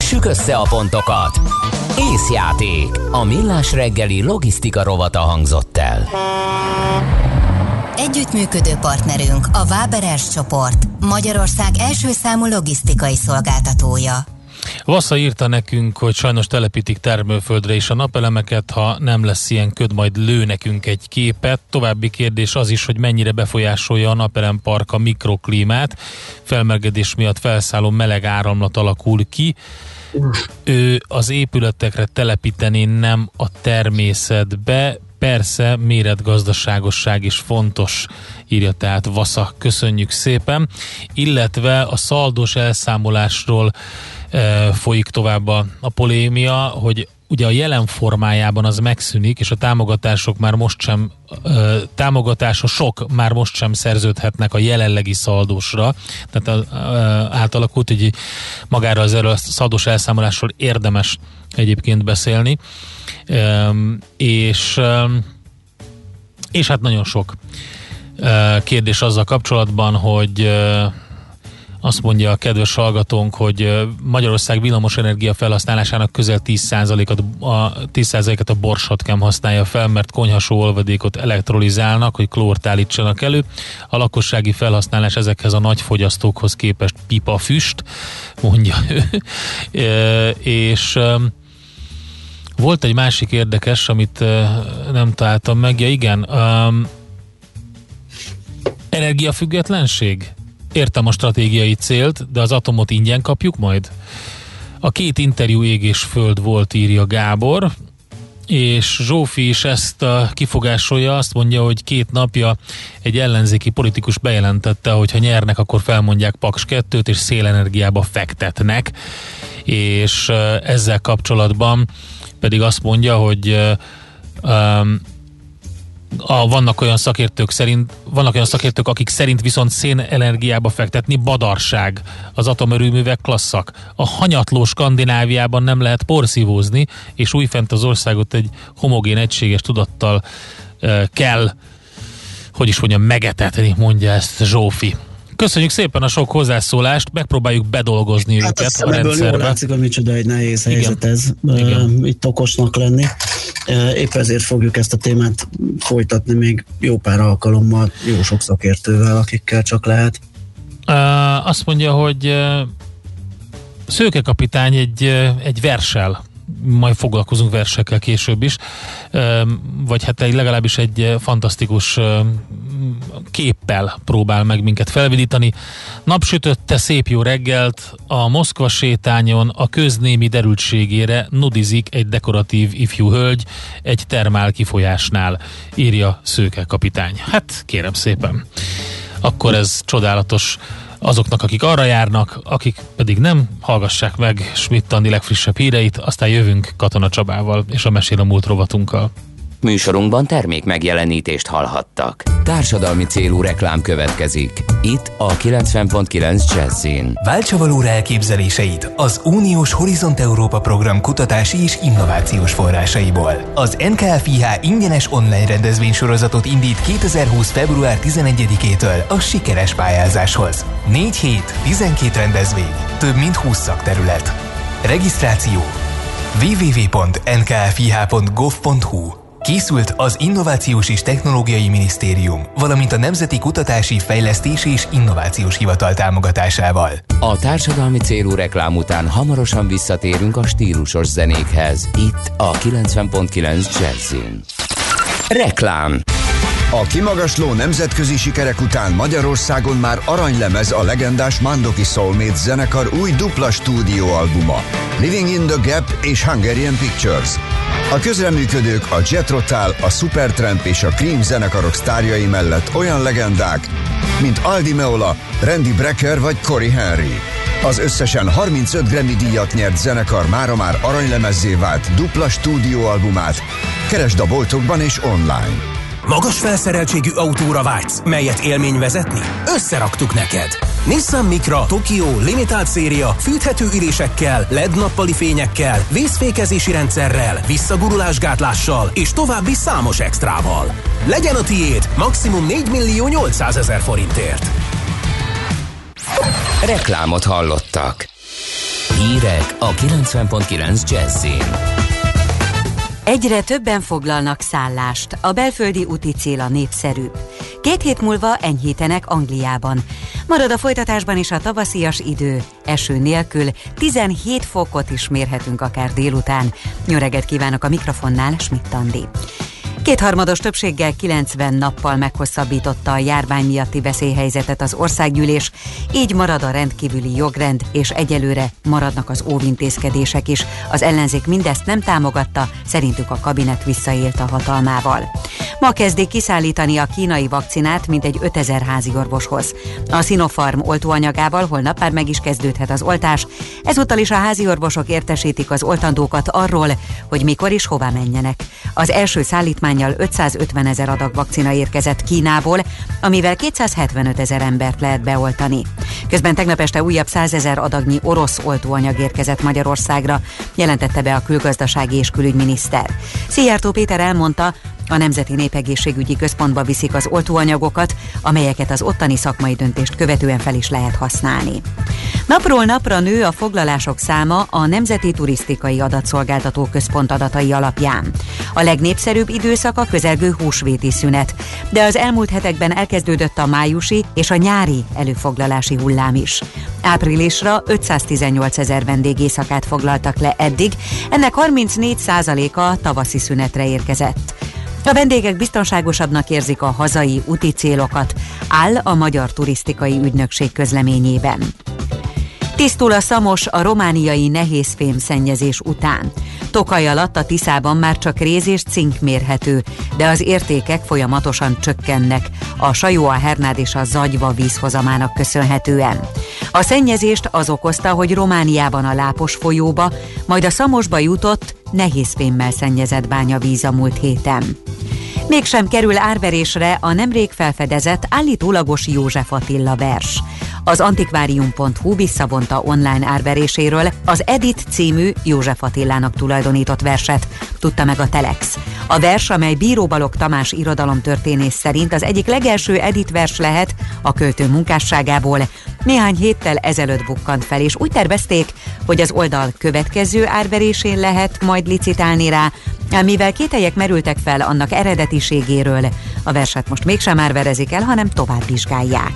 Kössük össze a pontokat. Észjáték. A Millás reggeli logisztika rovata hangzott el. Együttműködő partnerünk a Waberers csoport, Magyarország első számú logisztikai szolgáltatója. Vassza írta nekünk, hogy sajnos telepítik termőföldre is a napelemeket, ha nem lesz ilyen köd, majd lő nekünk egy képet. További kérdés az is, hogy mennyire befolyásolja a napelempark a mikroklímát. Felmelegedés miatt felszálló meleg áramlat alakul ki. Ő az épületekre telepíteni, nem a természetbe. Persze, méretgazdaságosság is fontos, írja tehát Vassza, köszönjük szépen. Illetve a szaldós elszámolásról folyik tovább a polémia, hogy ugye a jelen formájában az megszűnik, és a támogatások már most sem szerződhetnek a jelenlegi szaldósra. Tehát átalakult, hogy magára a szaldós elszámolásról érdemes egyébként beszélni. És hát nagyon sok kérdés azzal kapcsolatban, hogy azt mondja a kedves hallgatónk, hogy Magyarország villamosenergia felhasználásának közel 10%-et a Borsodkem használja fel, mert konyhasó olvadékot elektrolizálnak, hogy klórt állítsanak elő. A lakossági felhasználás ezekhez a nagy fogyasztókhoz képest pipafüst, mondja ő. És volt egy másik érdekes, amit nem találtam meg. Ja igen, energiafüggetlenség? Értem a stratégiai célt, de az atomot ingyen kapjuk majd? A 2 interjú ég és föld volt, írja Gábor, és Zsófi is ezt kifogásolja, azt mondja, hogy 2 napja egy ellenzéki politikus bejelentette, hogy ha nyernek, akkor felmondják Paks 2-t, és szélenergiába fektetnek, és ezzel kapcsolatban pedig azt mondja, hogy vannak olyan szakértők, akik szerint viszont szénenergiába fektetni badarság. Az atomerőművek klasszak. A hanyatló Skandináviában nem lehet porszívózni, és újfent az országot egy homogén, egységes tudattal kell, hogy is mondjam, megetetni, mondja ezt Zsófi. Köszönjük szépen a sok hozzászólást, megpróbáljuk bedolgozni őket a rendszerbe. Jól látszik, hogy micsoda egy nehéz helyzet ez, itt okosnak lenni. Épp ezért fogjuk ezt a témát folytatni még jó pár alkalommal, jó sok szakértővel, akikkel csak lehet. Azt mondja, hogy Szőke kapitány egy verssel, majd foglalkozunk versekkel később is, vagy hát legalábbis egy fantasztikus képpel próbál meg minket felvidítani. Napsütötte, szép jó reggelt, a Moszkva sétányon a köznémi derültségére nudizik egy dekoratív ifjú hölgy egy termál kifolyásnál, írja Szőke kapitány. Hát kérem szépen, akkor ez csodálatos azoknak, akik arra járnak, akik pedig nem, hallgassák meg Schmidt Andi legfrissebb híreit, aztán jövünk Katona Csabával és a Mesél a múlt rovatunkkal. Műsorunkban termék megjelenítést hallhattak. Társadalmi célú reklám következik. Itt a 90.9 Jazzin. Váltsa valóra elképzeléseit az Uniós Horizont Európa program kutatási és innovációs forrásaiból. Az NKFIH ingyenes online rendezvénysorozatot indít 2020. február 11-től a sikeres pályázáshoz. 4 hét, 12 rendezvény, több mint 20 szakterület. Regisztráció www.nkfih.gov.hu. Készült az Innovációs és Technológiai Minisztérium, valamint a Nemzeti Kutatási, Fejlesztési és Innovációs Hivatal támogatásával. A társadalmi célú reklám után hamarosan visszatérünk a stílusos zenékhez. Itt a 90.9 Jazzin. Reklám. A kimagasló nemzetközi sikerek után Magyarországon már aranylemez a legendás Mandoki Soulmates zenekar új dupla stúdióalbuma, Living in the Gap és Hungarian Pictures. A közreműködők, a Jet Rotal, a Supertramp és a Cream zenekarok sztárjai mellett olyan legendák, mint Aldi Meola, Randy Brecker vagy Corey Henry. Az összesen 35 Grammy díjat nyert zenekar mára már aranylemezzé vált dupla stúdióalbumát keresd a boltokban és online. Magas felszereltségű autóra vágysz, melyet élmény vezetni? Összeraktuk neked! Nissan Micra Tokyo limitált széria fűthető ülésekkel, LED nappali fényekkel, vészfékezési rendszerrel, visszagurulásgátlással és további számos extrával. Legyen a tiéd maximum 4.800.000 forintért. Reklámot hallottak. Hírek a 90.9 Jazzin. Egyre többen foglalnak szállást, a belföldi úti cél a népszerűbb. 2 hét múlva enyhítenek Angliában. Marad a folytatásban is a tavaszias idő, eső nélkül 17 fokot is mérhetünk akár délután. Jó reggelt kívánok, a mikrofonnál Schmidt Andi. 2/3 többséggel 90 nappal meghosszabbította a járvány miatti veszélyhelyzetet az országgyűlés, így marad a rendkívüli jogrend, és egyelőre maradnak az óvintézkedések is. Az ellenzék mindezt nem támogatta, szerintük a kabinet visszaélt a hatalmával. Ma kezdik kiszállítani a kínai vakcinát mintegy 5000 háziorvoshoz. A Sinopharm oltóanyagával holnap már meg is kezdődhet az oltás, ezúttal is a háziorvosok értesítik az oltandókat arról, hogy mikor és hová menjenek. Az első szállítmánnyal 550 000 adag vakcina érkezett Kínából, amivel 275 000 embert lehet beoltani. Közben tegnap este újabb 100 000 adagnyi orosz oltóanyag érkezett Magyarországra, jelentette be a külgazdasági és külügyminiszter. Szijjártó Péter elmondta, a Nemzeti Népegészségügyi Központba viszik az oltóanyagokat, amelyeket az ottani szakmai döntést követően fel is lehet használni. Napról napra nő a foglalások száma a Nemzeti Turisztikai Adatszolgáltató Központ adatai alapján. A legnépszerűbb időszak a közelgő húsvéti szünet, de az elmúlt hetekben elkezdődött a májusi és a nyári előfoglalási hullám is. Áprilisra 518 000 vendégészakát foglaltak le eddig, ennek 34%-a tavaszi szünetre érkezett. A vendégek biztonságosabbnak érzik a hazai úti célokat, áll a Magyar Turisztikai Ügynökség közleményében. Tisztul a Szamos a romániai nehézfém szennyezés után. Tokaj alatt a Tiszában már csak réz és cink mérhető, de az értékek folyamatosan csökkennek a Sajó, a Hernád és a Zagyva vízhozamának köszönhetően. A szennyezést az okozta, hogy Romániában a Lápos folyóba, majd a Szamosba jutott nehézfémmel szennyezett bányavíz a múlt héten. Mégsem kerül árverésre a nemrég felfedezett állítólagos József Attila vers. Az antikvárium.hu visszavonta online árveréséről az Edit című József Attilának tulajdonított verset, tudta meg a Telex. A vers, amely Bíró Balogh Tamás irodalomtörténész szerint az egyik legelső Edit vers lehet a költő munkásságából, néhány héttel ezelőtt bukkant fel, és úgy tervezték, hogy az oldal következő árverésén lehet majd licitálni rá, mivel kételyek merültek fel annak eredetiségéről, a verset most mégsem árverezik el, hanem tovább vizsgálják.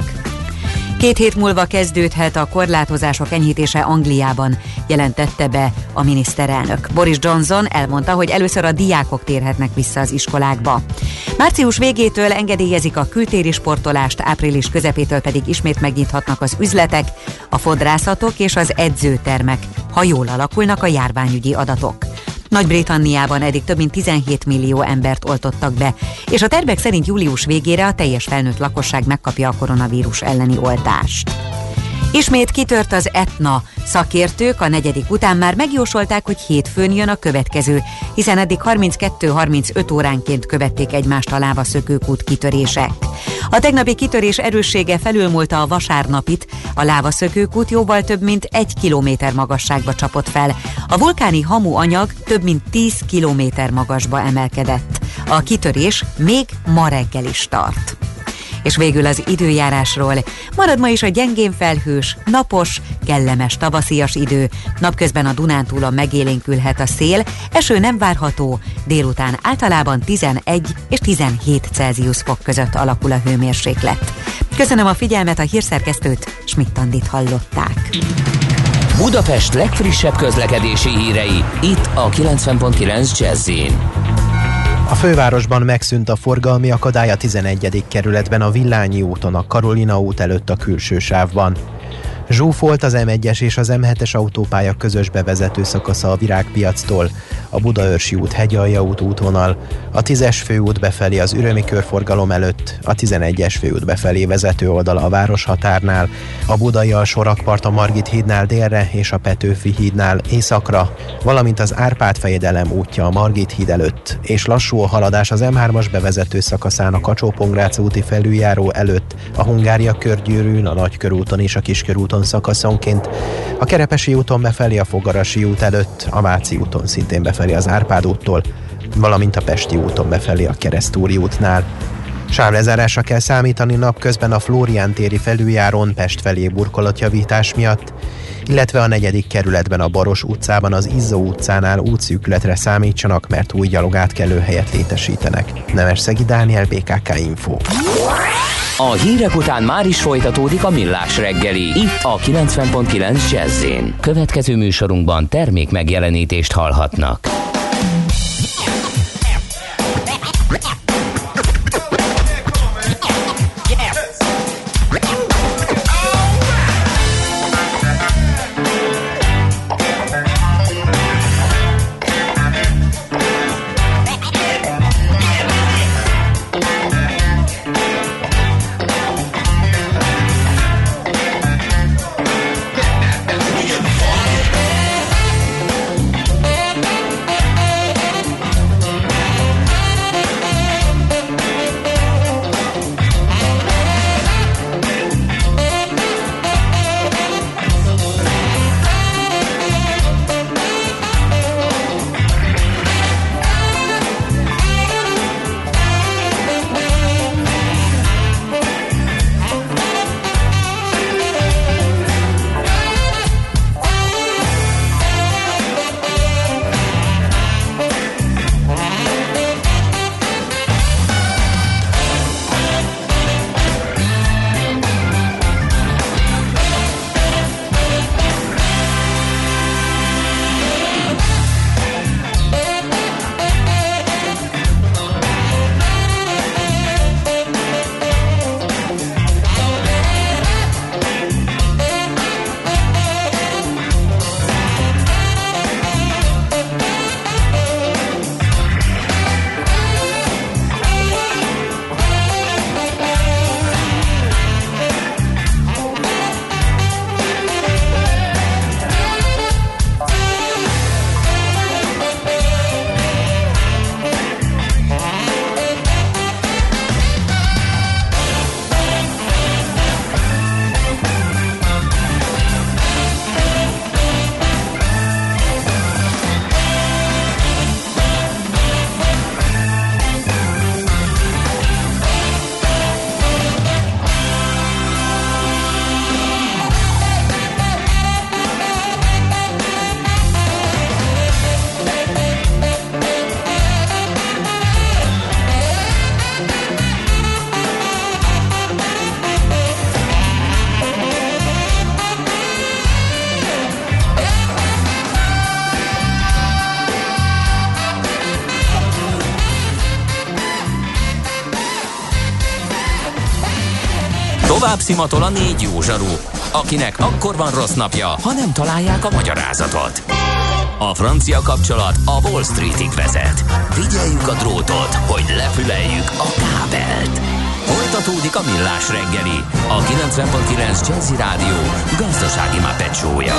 2 hét múlva kezdődhet a korlátozások enyhítése Angliában, jelentette be a miniszterelnök. Boris Johnson elmondta, hogy először a diákok térhetnek vissza az iskolákba. Március végétől engedélyezik a kültéri sportolást, április közepétől pedig ismét megnyithatnak az üzletek, a fodrászatok és az edzőtermek, ha jól alakulnak a járványügyi adatok. Nagy-Britanniában eddig több mint 17 millió embert oltottak be, és a tervek szerint július végére a teljes felnőtt lakosság megkapja a koronavírus elleni oltást. Ismét kitört az Etna. Szakértők a 4. után már megjósolták, hogy hétfőn jön a következő, hiszen eddig 32-35 óránként követték egymást a lávaszökőkút kitörések. A tegnapi kitörés erőssége felülmúlta a vasárnapit, a lávaszökőkút jóval több mint 1 kilométer magasságba csapott fel. A vulkáni hamu anyag több mint 10 kilométer magasba emelkedett. A kitörés még ma reggel is tart. És végül az időjárásról. Marad ma is a gyengén felhős, napos, kellemes tavaszias idő. Napközben a Dunántúlon megélénkülhet a szél, eső nem várható, délután általában 11 és 17 Celsius fok között alakul a hőmérséklet. Köszönöm a figyelmet, a hírszerkesztőt, Schmidt Andit hallották. Budapest legfrissebb közlekedési hírei, itt a 90.9 Jazzin. A fővárosban megszűnt a forgalmi akadály a 11. kerületben a Villányi úton, a Karolina út előtt a külső sávban. Zsúfolt az M1-es és az M7-es autópálya közös bevezető szakasza a Virágpiactól, a Budaörsi út Hegyalja út útvonal, a 10-es főút befelé az Ürömi körforgalom előtt, a 11-es főút befelé vezető oldal a Városhatárnál, a Budai alsórakpart a Margit hídnál délre és a Petőfi hídnál északra, valamint az Árpád-fejedelem útja a Margit híd előtt, és lassú a haladás az M3-as bevezető szakaszán a Kacsó-Pongrác úti felüljáró előtt, a Hungária körgyűrűn, a Nagykörúton és a Kiskörúton szakaszonként, a Kerepesi úton befelé a Fogarasi út előtt, a Váci úton szintén befelé az Árpád úttól, valamint a Pesti úton befelé a Keresztúri útnál. Sávlezárásra kell számítani napközben a Flórián téri felüljárón Pest felé burkolatjavítás miatt, illetve a 4. kerületben a Baros utcában az Izzó utcánál útszűkületre számítsanak, mert új gyalogátkelőhelyet létesítenek. Nemesszegi Dániel, BKK Info. A hírek után már is folytatódik a Millás reggeli, itt a 90.9 Jazz-in. Következő műsorunkban termék megjelenítést hallhatnak. Tovább szimatol a 4 jó zsaru, akinek akkor van rossz napja, ha nem találják a magyarázatot. A francia kapcsolat a Wall Streetig vezet. Figyeljük a drótot, hogy lefüleljük a kábelt. Folytatódik a Millás reggeli, a 90.9 Jazzy Rádió gazdasági mápecsója.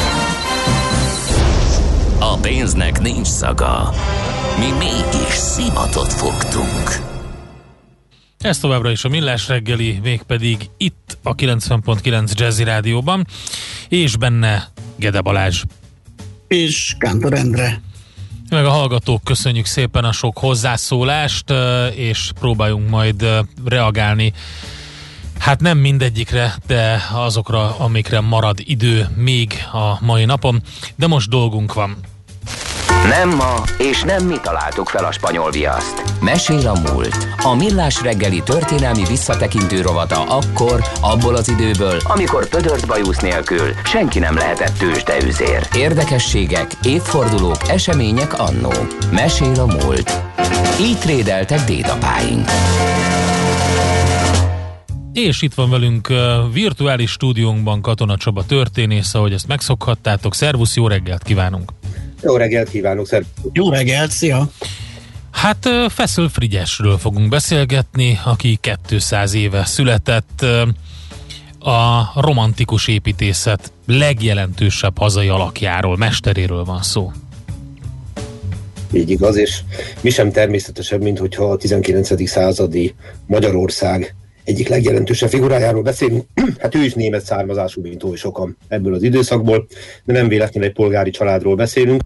A pénznek nincs szaga, mi mégis szimatot fogtunk. Ez továbbra is a Millás reggeli, mégpedig itt a 90.9 Jazzy Rádióban, és benne Gede Balázs. És Kántor Endre. Meg a hallgatók, köszönjük szépen a sok hozzászólást, és próbáljunk majd reagálni. Hát nem mindegyikre, de azokra, amikre marad idő még a mai napon, de most dolgunk van. Nem ma, és nem mi találtuk fel a spanyol viaszt. Mesél a múlt. A Millás reggeli történelmi visszatekintő rovata akkor, abból az időből, amikor pödört bajusz nélkül senki nem lehetett tőzsdeüzér. Érdekességek, évfordulók, események annó. Mesél a múlt. Így trédeltek dédapáink. És itt van velünk virtuális stúdiónkban Katona Csaba történész, ahogy ezt megszokhattátok. Szervusz, jó reggelt kívánunk! Jó reggelt kívánok, szervusz! Jó reggelt, szia! Hát Feszül Frigyesről fogunk beszélgetni, aki 200 éve született, a romantikus építészet legjelentősebb hazai alakjáról, mesteréről van szó. Így igaz, és mi sem természetesebb, mint hogyha a 19. századi Magyarország egyik legjelentősebb figurájáról beszélünk. Hát ő is német származású, mint oly sokan ebből az időszakból, de nem véletlenül egy polgári családról beszélünk.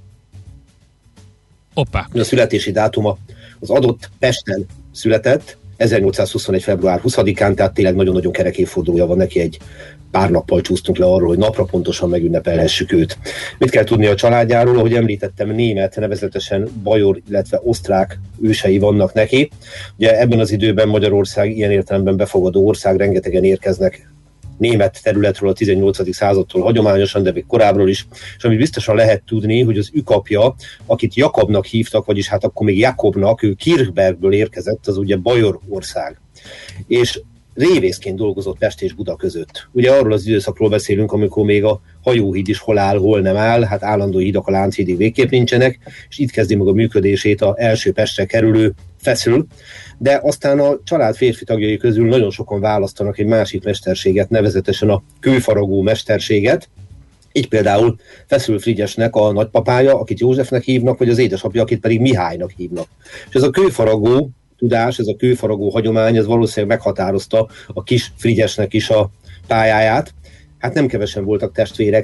Hoppá. A születési dátuma az adott Pesten született, 1821. február 20-án, tehát tényleg nagyon-nagyon kerek évfordulója van neki, egy pár nappal csúsztunk le arról, hogy napra pontosan megünnepelhessük őt. Mit kell tudni a családjáról? Ahogy említettem, német, nevezetesen bajor, illetve osztrák ősei vannak neki. Ugye ebben az időben Magyarország ilyen értelemben befogadó ország, rengetegen érkeznek német területről a 18. századtól hagyományosan, de még korábbról is, és amit biztosan lehet tudni, hogy az ükapja, akit Jakabnak hívtak, vagyis hát akkor még Jakobnak, ő Kirchbergből érkezett, az ugye Bajorország. És révészként dolgozott Pest és Buda között. Ugye arról az időszakról beszélünk, amikor még a hajóhíd is hol áll, hol nem áll, hát állandó hídak a Lánchídig végképp nincsenek, és itt kezdi meg a működését az első Pestre kerülő Feszül, de aztán a család férfi tagjai közül nagyon sokan választanak egy másik mesterséget, nevezetesen a kőfaragó mesterséget. Így például Feszül Frigyesnek a nagypapája, akit Józsefnek hívnak, vagy az édesapja, akit pedig Mihálynak hívnak. És ez a kőfaragó tudás, ez a kőfaragó hagyomány, ez valószínűleg meghatározta a kis Frigyesnek is a pályáját. Hát nem kevesen voltak testvérek,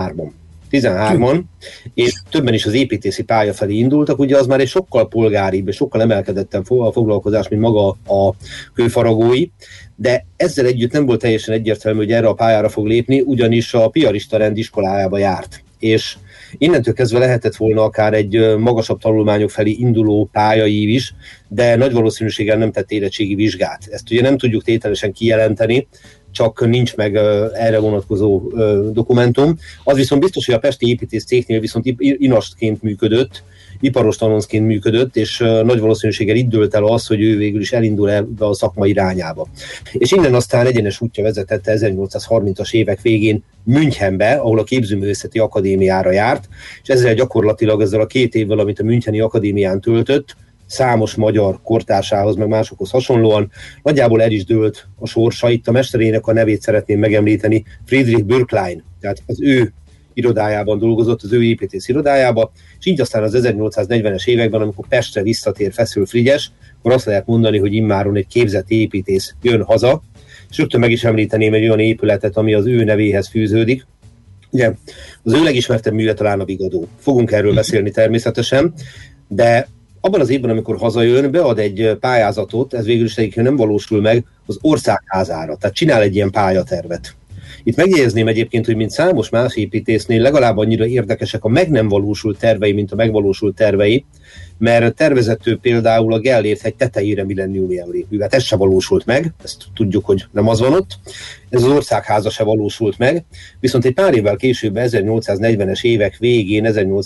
13-an, és többen is az építészi pálya felé indultak, ugye az már egy sokkal polgáribb, és sokkal emelkedettebb foglalkozás, mint maga a kőfaragói, de ezzel együtt nem volt teljesen egyértelmű, hogy erre a pályára fog lépni, ugyanis a piarista rend iskolájába járt, és innentől kezdve lehetett volna akár egy magasabb tanulmányok felé induló pályaív is, de nagy valószínűséggel nem tett érettségi vizsgát. Ezt ugye nem tudjuk tételesen kijelenteni, csak nincs meg erre vonatkozó dokumentum. Az viszont biztos, hogy a pesti építész cégnél viszont inastként működött, iparos tanonszként működött, és nagy valószínűséggel itt dőlt el az, hogy ő végül is elindul ebbe a szakma irányába. És innen aztán egyenes útja vezetette 1830-as évek végén Münchenbe, ahol a Képzőművészeti Akadémiára járt, és ezzel gyakorlatilag ezzel a 2 évvel, amit a Müncheni Akadémián töltött, számos magyar kortársához, meg másokhoz hasonlóan nagyjából el is dőlt a sorsa. Itt a mesterének a nevét szeretném megemlíteni, Friedrich Bürklein, tehát az ő irodájában dolgozott, az ő építész irodájába, és így aztán az 1840-es években, amikor Pestre visszatér Feszül Frigyes, akkor azt lehet mondani, hogy immáron egy képzett építész jön haza, és rögtön meg is említeném egy olyan épületet, ami az ő nevéhez fűződik. Ugye, az ő legismertebb műve talán a Vigadó. Fogunk erről beszélni természetesen, de abban az évben, amikor hazajön, bead egy pályázatot, ez végül is egyébként nem valósul meg, az országházára, tehát csinál egy ilyen pályatervet. Itt megjegyezném egyébként, hogy mint számos más építésznél legalább annyira érdekesek a meg nem valósult tervei, mint a megvalósult tervei, mert tervezett ő például a Gellért-hegy tetejére millenniumi emlékművet. Ez se valósult meg, ezt tudjuk, hogy nem az van ott. Ez az országháza se valósult meg, viszont egy pár évvel később, 1840-es évek végén,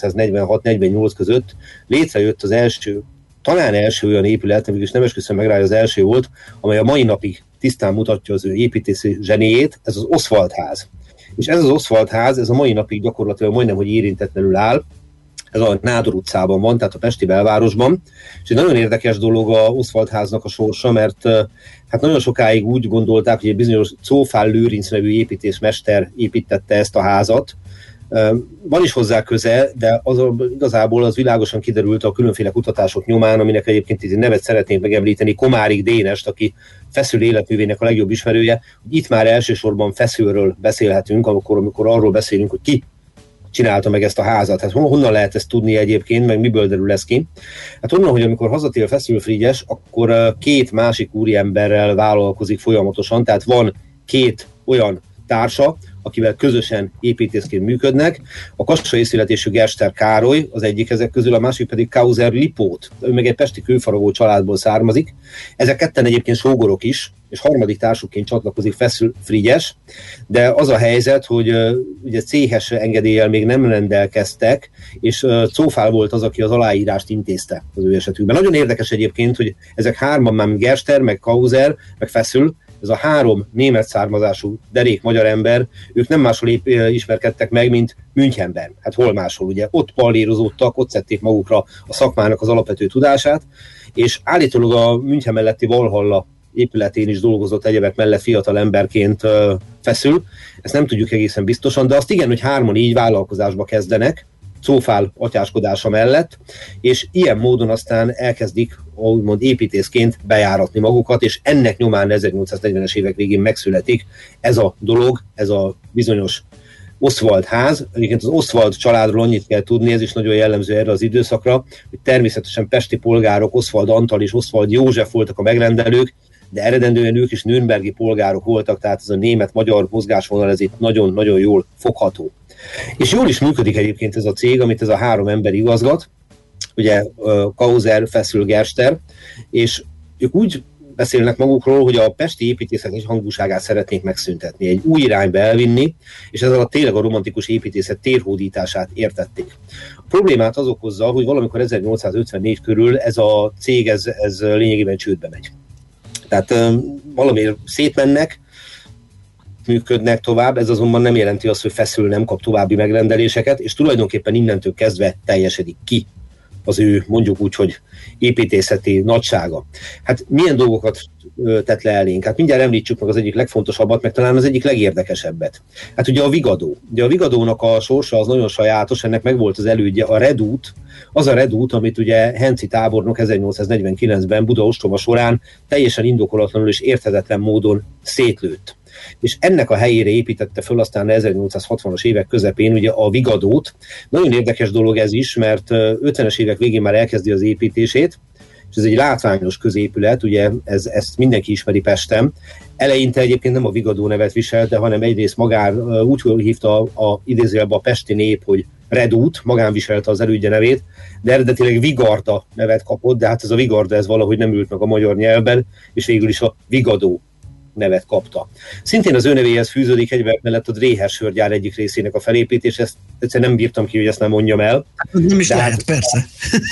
1846-48 között létrejött az első, talán első olyan épület, mégis nem esküszöm meg rá, az első volt, amely a mai napig tisztán mutatja az ő építészi zseniét, ez az Oswald ház. És ez az Oswald ház, ez a mai napig gyakorlatilag majdnem, hogy érintetlenül áll, ez a Nádor utcában van, tehát a pesti belvárosban, és egy nagyon érdekes dolog a Oswald háznak a sorsa, mert hát nagyon sokáig úgy gondolták, hogy egy bizonyos Czófál Lőrinc nevű építészmester építette ezt a házat. Van is hozzá köze, de igazából az világosan kiderült a különféle kutatások nyomán, aminek egyébként itt nevet szeretnénk megemlíteni, Komárik Dénest, aki Feszül életművének a legjobb ismerője, hogy itt már elsősorban Feszülről beszélhetünk, amikor arról beszélünk, hogy ki csinálta meg ezt a házat. Hát honnan lehet ezt tudni egyébként, meg miből derül ez ki? Hát onnan, hogy amikor hazatér Feszül Frigyes, akkor 2 másik úriemberrel vállalkozik folyamatosan, tehát van 2 olyan társa, akivel közösen építészként működnek. A kassai születésű Gerster Károly az egyik ezek közül, a másik pedig Kauser Lipót. Ő meg egy pesti kőfaragó családból származik. Ezek ketten egyébként sógorok is, és harmadik társukként csatlakozik Feszül Frigyes, de az a helyzet, hogy ugye céhes engedéllyel még nem rendelkeztek, és Czófál volt az, aki az aláírást intézte az ő esetükben. Nagyon érdekes egyébként, hogy ezek 3 már Gerster, meg Kauser, meg Feszül, ez a 3 német származású derék magyar ember, ők nem máshol ismerkedtek meg, mint Münchenben. Hát hol máshol, ugye? Ott pallérozódtak, ott szedték magukra a szakmának az alapvető tudását, és állítólag a München melletti Valhalla épületén is dolgozott egyebek mellett fiatal emberként Feszül. Ezt nem tudjuk egészen biztosan, de azt igen, hogy 3-an így vállalkozásba kezdenek, Czófál atyáskodása mellett, és ilyen módon aztán elkezdik, úgymond építészként bejáratni magukat, és ennek nyomán 1840-es évek végén megszületik ez a dolog, ez a bizonyos Oswald ház. Egyébként az Oswald családról annyit kell tudni, ez is nagyon jellemző erre az időszakra, hogy természetesen pesti polgárok, Oswald Antal és Oswald József voltak a megrendelők, de eredendően ők is nürnbergi polgárok voltak, tehát ez a német-magyar mozgásvonal ez itt nagyon-nagyon jól fogható. És jól is működik egyébként ez a cég, amit ez a 3 ember igazgat, ugye Kauser, Feszül, Gerster, és ők úgy beszélnek magukról, hogy a pesti építészet és hangúságát szeretnék megszüntetni, egy új irányba elvinni, és ezzel a tényleg a romantikus építészet térhódítását értették. A problémát az okozza, hogy valamikor 1854 körül ez a cég ez lényegében csődbe megy. Tehát valamiért szétmennek, működnek tovább, ez azonban nem jelenti azt, hogy Feszül nem kap további megrendeléseket, és tulajdonképpen innentől kezdve teljesedik ki az ő, mondjuk úgy, hogy építészeti nagysága. Hát milyen dolgokat tett le elénk? Hát mindjárt említsük meg az egyik legfontosabbat, meg talán az egyik legérdekesebbet. Hát ugye a Vigadó. Ugye a Vigadónak a sorsa az nagyon sajátos, ennek megvolt az elődje, a Redút, az a Redút, amit ugye Henczy tábornok 1849-ben Buda ostroma során teljesen indokolatlanul és érthetetlen módon szétlőtt. És ennek a helyére építette föl aztán 1860-as évek közepén ugye a Vigadót. Nagyon érdekes dolog ez is, mert 50-es évek végén már elkezdi az építését, és ez egy látványos középület, ugye ezt mindenki ismeri Pesten. Eleinte egyébként nem a Vigadó nevet viselte, hanem egyrészt magán úgy hívta a idézőjelben a pesti nép, hogy Redút, magán viselte az elődje nevét, de eredetileg Vigarda nevet kapott, de hát ez a Vigarda ez valahogy nem ült meg a magyar nyelvben, és végül is a Vigadó nevet kapta. Szintén az ő nevéhez fűződik egyben mellett a Dréher sörgyár egyik részének a felépítés, ezt egyszerűen nem bírtam ki, hogy ezt nem mondjam el. Nem is lehet, persze.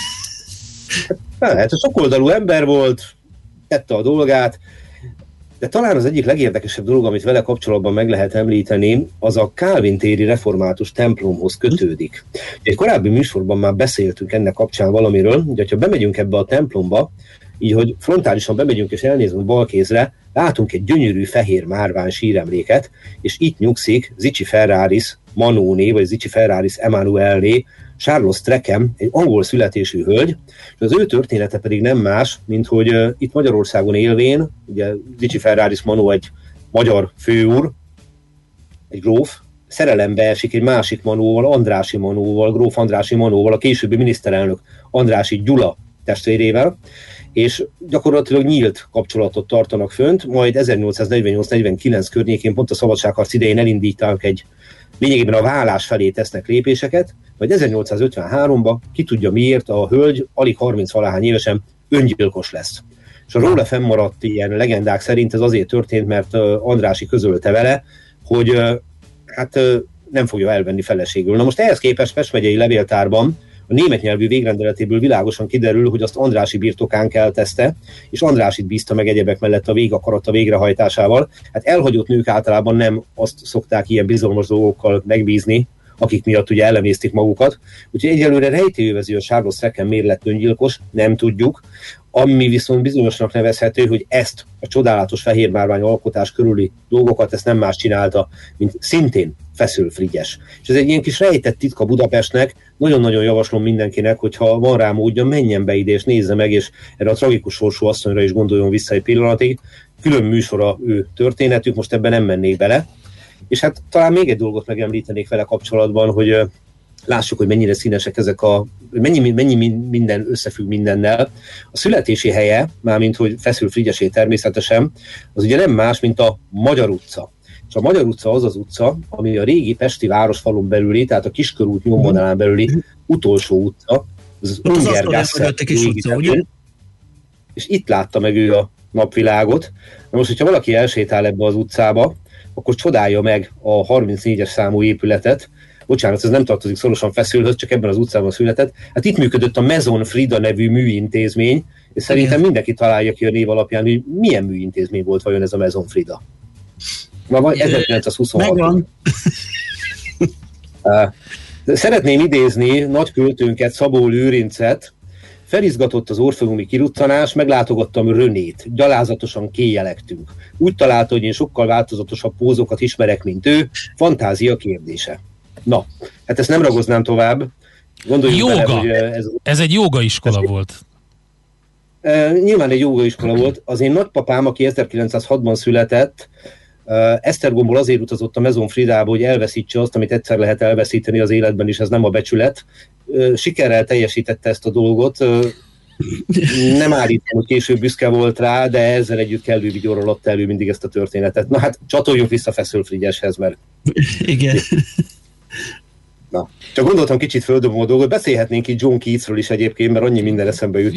Hát a sokoldalú ember volt, tette a dolgát, de talán az egyik legérdekesebb dolog, amit vele kapcsolatban meg lehet említeni, az a Kálvin téri református templomhoz kötődik. Egy korábbi műsorban már beszéltünk ennek kapcsán valamiről, hogy ha bemegyünk ebbe a templomba, így, hogy frontálisan bemegyünk és elnézünk balkézre, látunk egy gyönyörű fehér márvány síremléket, és itt nyugszik Zichy Ferraris Manóné, vagy Zichy Ferraris Emmanuelné, Charles Trechem, egy angol születésű hölgy, és az ő története pedig nem más, mint hogy itt Magyarországon élvén, ugye Zichy Ferraris Manó egy magyar főúr, egy gróf, szerelembe esik egy másik Manóval, Andrássy Manóval, gróf Andrássy Manóval, a későbbi miniszterelnök Andrássy Gyula testvérével, és gyakorlatilag nyílt kapcsolatot tartanak fönt, majd 1848-49 környékén pont a szabadságharc idején elindítanak egy lényegében a vállás felé tesznek lépéseket, majd 1853-ban ki tudja miért a hölgy alig 30-valahány évesen öngyilkos lesz. És a róla fennmaradt ilyen legendák szerint ez azért történt, mert Andrássy közölte vele, hogy hát nem fogja elvenni feleségül. Na most ehhez képest Pest megyei levéltárban a német nyelvű végrendeletéből világosan kiderül, hogy azt Andrássy birtokán keltezte, és Andrássyt bízta meg egyebek mellett a végakarata végrehajtásával. Hát elhagyott nők általában nem azt szokták ilyen bizalmas dolgokkal megbízni, akik miatt ugye ellenézték magukat. Úgyhogy egyelőre rejtélyövező a Charles Trechem miért lett öngyilkos, nem tudjuk. Ami viszont bizonyosnak nevezhető, hogy ezt a csodálatos fehérmárvány alkotás körüli dolgokat, ezt nem más csinálta, mint szintén Feszül Frigyes. És ez egy ilyen kis rejtett titka Budapestnek, nagyon-nagyon javaslom mindenkinek, hogyha van rá módja, menjen be ide és nézze meg, és erre a tragikus sorsú asszonyra is gondoljon vissza egy pillanatig. Külön műsora ő történetük, most ebben nem mennék bele. És hát talán még egy dolgot megemlítenék vele kapcsolatban, hogy lássuk, hogy mennyire színesek ezek mennyi minden összefügg mindennel. A születési helye, mármint hogy Feszül Frigyesé természetesen, az ugye nem más, mint a Magyar utca. És a Magyar utca az az utca, ami a régi pesti városfalon belüli, tehát a Kiskörút nyomvonalán belüli utolsó utca, az Ungergasse, és itt látta meg ő a napvilágot. Na most, hogyha valaki elsétál ebbe az utcába, akkor csodálja meg a 34-es számú épületet. Bocsánat, ez nem tartozik szorosan Feszülhöz, csak ebben az utcában született. Hát itt működött a Maison Frida nevű műintézmény, és szerintem mindenki találja ki a név alapján, hogy milyen műintézmény volt vajon ez a Maison Frida. Na, vagy 1926. Megvan. Szeretném idézni nagy költőnket, Szabó Lőrincet. Felizgatott az orfeumi kiruccanás, meglátogattam Rönét, gyalázatosan kéjelegtünk. Úgy találta, hogy én sokkal változatosabb pózokat ismerek, mint ő, fantázia kérdése. Na, hát ezt nem ragoznám tovább. Gondoljunk bele, hogy ez egy jogaiskola volt. Nyilván egy jogaiskola volt. Az én nagypapám, aki 1906-ban született, Esztergomból azért utazott a Maison Fridába, hogy elveszítse azt, amit egyszer lehet elveszíteni az életben, és ez nem a becsület. Sikerrel teljesítette ezt a dolgot. Nem állítom, hogy később büszke volt rá, de ezzel együtt kellő vigyorral adta elő mindig ezt a történetet. Na hát csatoljunk vissza Feszül Frigyeshez, mert... Igen. Na, csak gondoltam kicsit földobom a dolgot, beszélhetnénk itt John Keatsről is egyébként, mert annyi minden eszembe jut.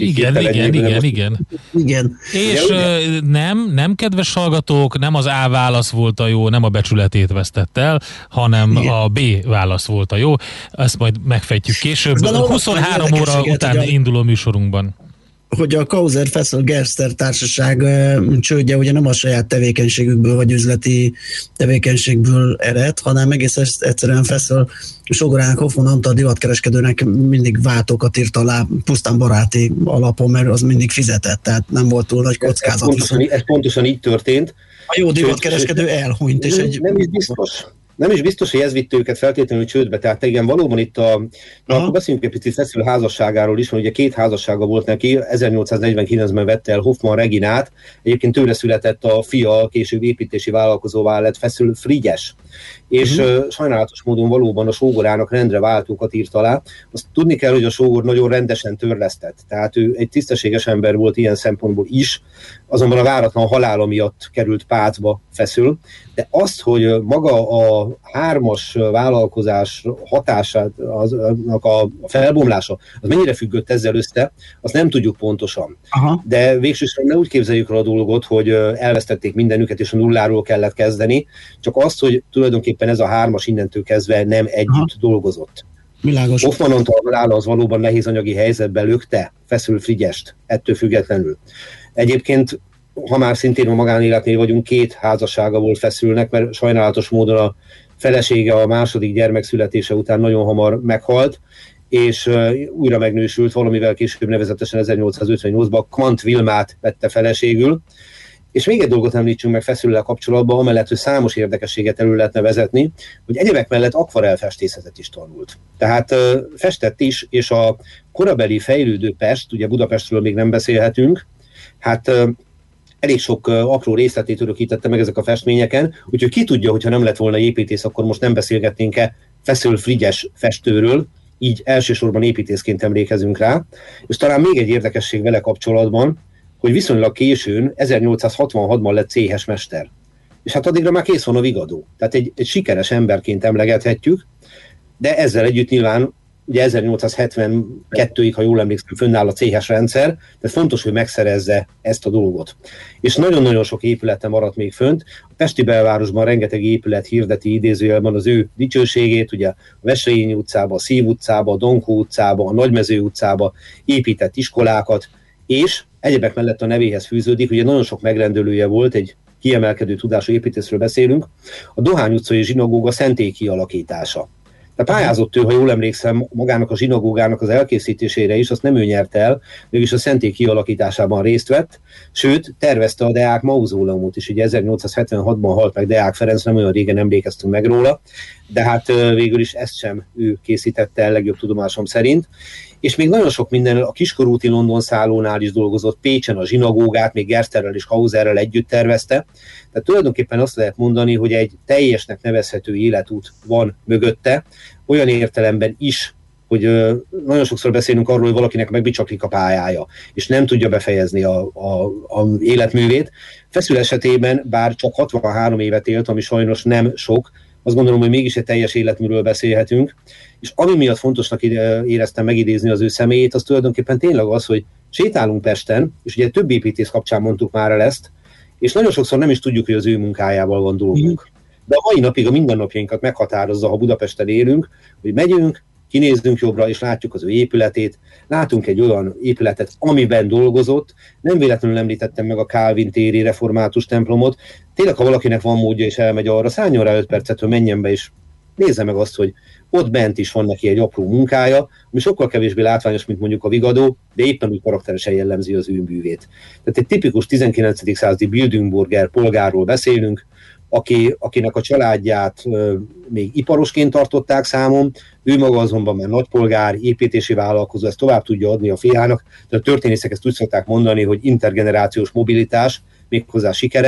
Igen. És nem, kedves hallgatók, nem az A válasz volt a jó, nem a becsületét vesztett el, hanem a B válasz volt a jó. Ezt majd megfejtjük később. 23 óra után induló műsorunkban. Hogy a Kauser Fessel Gerster társaság csődje ugye nem a saját tevékenységükből vagy üzleti tevékenységből ered, hanem egész egyszerűen Fessel sogorának Hoffmann Antal divatkereskedőnek mindig váltókat írt alá pusztán baráti alapon, mert az mindig fizetett, tehát nem volt túl nagy kockázat. Ez pontosan így történt. A jó divatkereskedő elhunyt. És Nem is biztos, hogy ez vitte őket feltétlenül csődbe, tehát igen, valóban itt akkor beszéljünk egy picit Feszül házasságáról is, mert ugye 2 házassága volt neki, 1849-ben vette el Hoffmann Reginát, egyébként tőle született a fia, később építési vállalkozóvá lett Feszül Frigyes, és sajnálatos módon valóban a sógorának rendre váltókat írt alá. Azt tudni kell, hogy a sógor nagyon rendesen törlesztett, tehát ő egy tisztességes ember volt ilyen szempontból is, azonban a váratlan halála miatt került pácba Feszül, de azt, hogy maga a 3-as vállalkozás hatásának a felbomlása, az mennyire függött ezzel össze, azt nem tudjuk pontosan. Aha. De végsősorban ne úgy képzeljük rá a dolgot, hogy elvesztették mindenüket, és a nulláról kellett kezdeni, csak azt, hogy tulajdonképpen ez a 3-as innentől kezdve nem együtt dolgozott. Világos. Hoffmann Antal halála az valóban nehéz anyagi helyzetbe lökte Feszül Frigyest, ettől függetlenül. Egyébként, ha már szintén a magánéletnél vagyunk, 2 házassága volt Feszülnek, mert sajnálatos módon a felesége a második gyermek születése után nagyon hamar meghalt, és újra megnősült, valamivel később nevezetesen 1858-ban Quant Vilmát vette feleségül. És még egy dolgot említsünk meg Feszüllel kapcsolatban, amellett, hogy számos érdekességet elő lehetne vezetni, hogy egyebek mellett akvarellfestészetet is tanult. Tehát festett is, és a korabeli fejlődő Pest, ugye Budapestről még nem beszélhetünk, hát elég sok apró részletét örökítette meg ezek a festményeken, úgyhogy ki tudja, hogyha nem lett volna építész, akkor most nem beszélgetnénk-e Feszül Frigyes festőről, így elsősorban építészként emlékezünk rá. És talán még egy érdekesség vele kapcsolatban, hogy viszonylag későn, 1866-ban lett céhes mester. És hát addigra már kész van a Vigadó. Tehát egy sikeres emberként emlegethetjük, de ezzel együtt nyilván ugye 1872-ig, ha jól emlékszem, fönnáll a céhes rendszer, tehát fontos, hogy megszerezze ezt a dolgot. És nagyon-nagyon sok épülete maradt még fönt. A pesti belvárosban rengeteg épület hirdeti idézőjelben az ő dicsőségét, ugye a Veselényi utcába, a Szív utcába, a Donkó utcába, a Nagymező utcába épített iskolákat, és egyebek mellett a nevéhez fűződik, ugye nagyon sok megrendelője volt, egy kiemelkedő tudású építészről beszélünk, a Dohány utcai zsinagóga szentély kialakítása. Tehát pályázott ő, ha jól emlékszem, magának a zsinagógának az elkészítésére is, azt nem ő nyert el, mégis a szentély kialakításában részt vett, sőt, tervezte a Deák mauzóleumot is, ugye 1876-ban halt meg Deák Ferenc, nem olyan régen emlékeztünk meg róla, de hát végül is ezt sem ő készítette el, legjobb tudomásom szerint. És még nagyon sok minden, a Kiskorúti London szállónál is dolgozott, Pécsen a zsinagógát, még Gersterrel és Hauserrel együtt tervezte. Tehát tulajdonképpen azt lehet mondani, hogy egy teljesnek nevezhető életút van mögötte, olyan értelemben is, hogy nagyon sokszor beszélünk arról, hogy valakinek megbicsaklik a pályája, és nem tudja befejezni a életművét. Feszül esetében, bár csak 63 évet élt, ami sajnos nem sok, azt gondolom, hogy mégis egy teljes életműről beszélhetünk, és ami miatt fontosnak éreztem megidézni az ő személyét, az tulajdonképpen tényleg az, hogy sétálunk Pesten, és ugye több építész kapcsán mondtuk már el ezt, és nagyon sokszor nem is tudjuk, hogy az ő munkájával van dolgunk. De a mai napig a mindennapjainkat meghatározza, ha Budapesten élünk, hogy megyünk, kinézzünk jobbra, és látjuk az ő épületét, látunk egy olyan épületet, amiben dolgozott, nem véletlenül említettem meg a Kálvin téri református templomot, tényleg, ha valakinek van módja és elmegy arra, szálljon rá 5 percet, hogy menjen be, és nézze meg azt, hogy ott bent is van neki egy apró munkája, ami sokkal kevésbé látványos, mint mondjuk a Vigadó, de éppen úgy karakteresen jellemzi az ő művét. Tehát egy tipikus 19. századi Bildenburger polgárról beszélünk, akinek a családját még iparosként tartották számon, ő maga azonban már nagypolgár, építési vállalkozó, ezt tovább tudja adni a fiának, de a történészek ezt úgy szokták mondani, hogy intergenerációs mobilitás, méghozzá sikeres,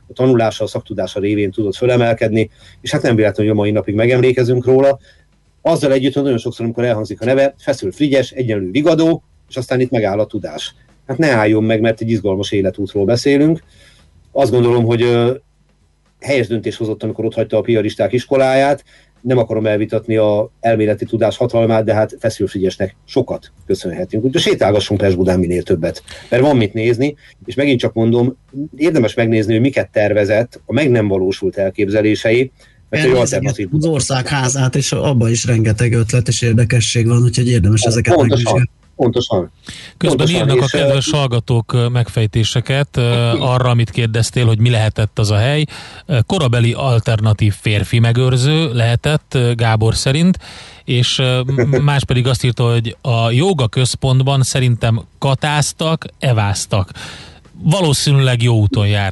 a tanulása, a szaktudása révén tudott fölemelkedni, és hát nem véletlenül, hogy a mai napig megemlékezünk róla. Azzal együtt, hogy nagyon sokszor, amikor elhangzik a neve, Feszül Frigyes, egyenlő Vigadó, és aztán itt megáll a tudás. Hát ne álljon meg, mert egy izgalmas életútról beszélünk. Azt gondolom, hogy helyes döntés hozott, amikor otthagyta a piaristák iskoláját. Nem akarom elvitatni a elméleti tudás hatalmát, de hát Feszül Frigyesnek sokat köszönhetünk. Úgyhogy sétálgassunk Pest-Budán minél többet, mert van mit nézni, és megint csak mondom, érdemes megnézni, hogy miket tervezett, a meg nem valósult elképzelései, az országházát, és abban is rengeteg ötlet és érdekesség van, úgyhogy érdemes ezeket megvizsgálni. Pontosan. Közben írnak a kedves hallgatók megfejtéseket arra, amit kérdeztél, hogy mi lehetett az a hely. Korabeli alternatív férfi megőrző lehetett Gábor szerint, és más pedig azt írta, hogy a jóga központban szerintem katáztak, eváztak. Valószínűleg jó úton jár.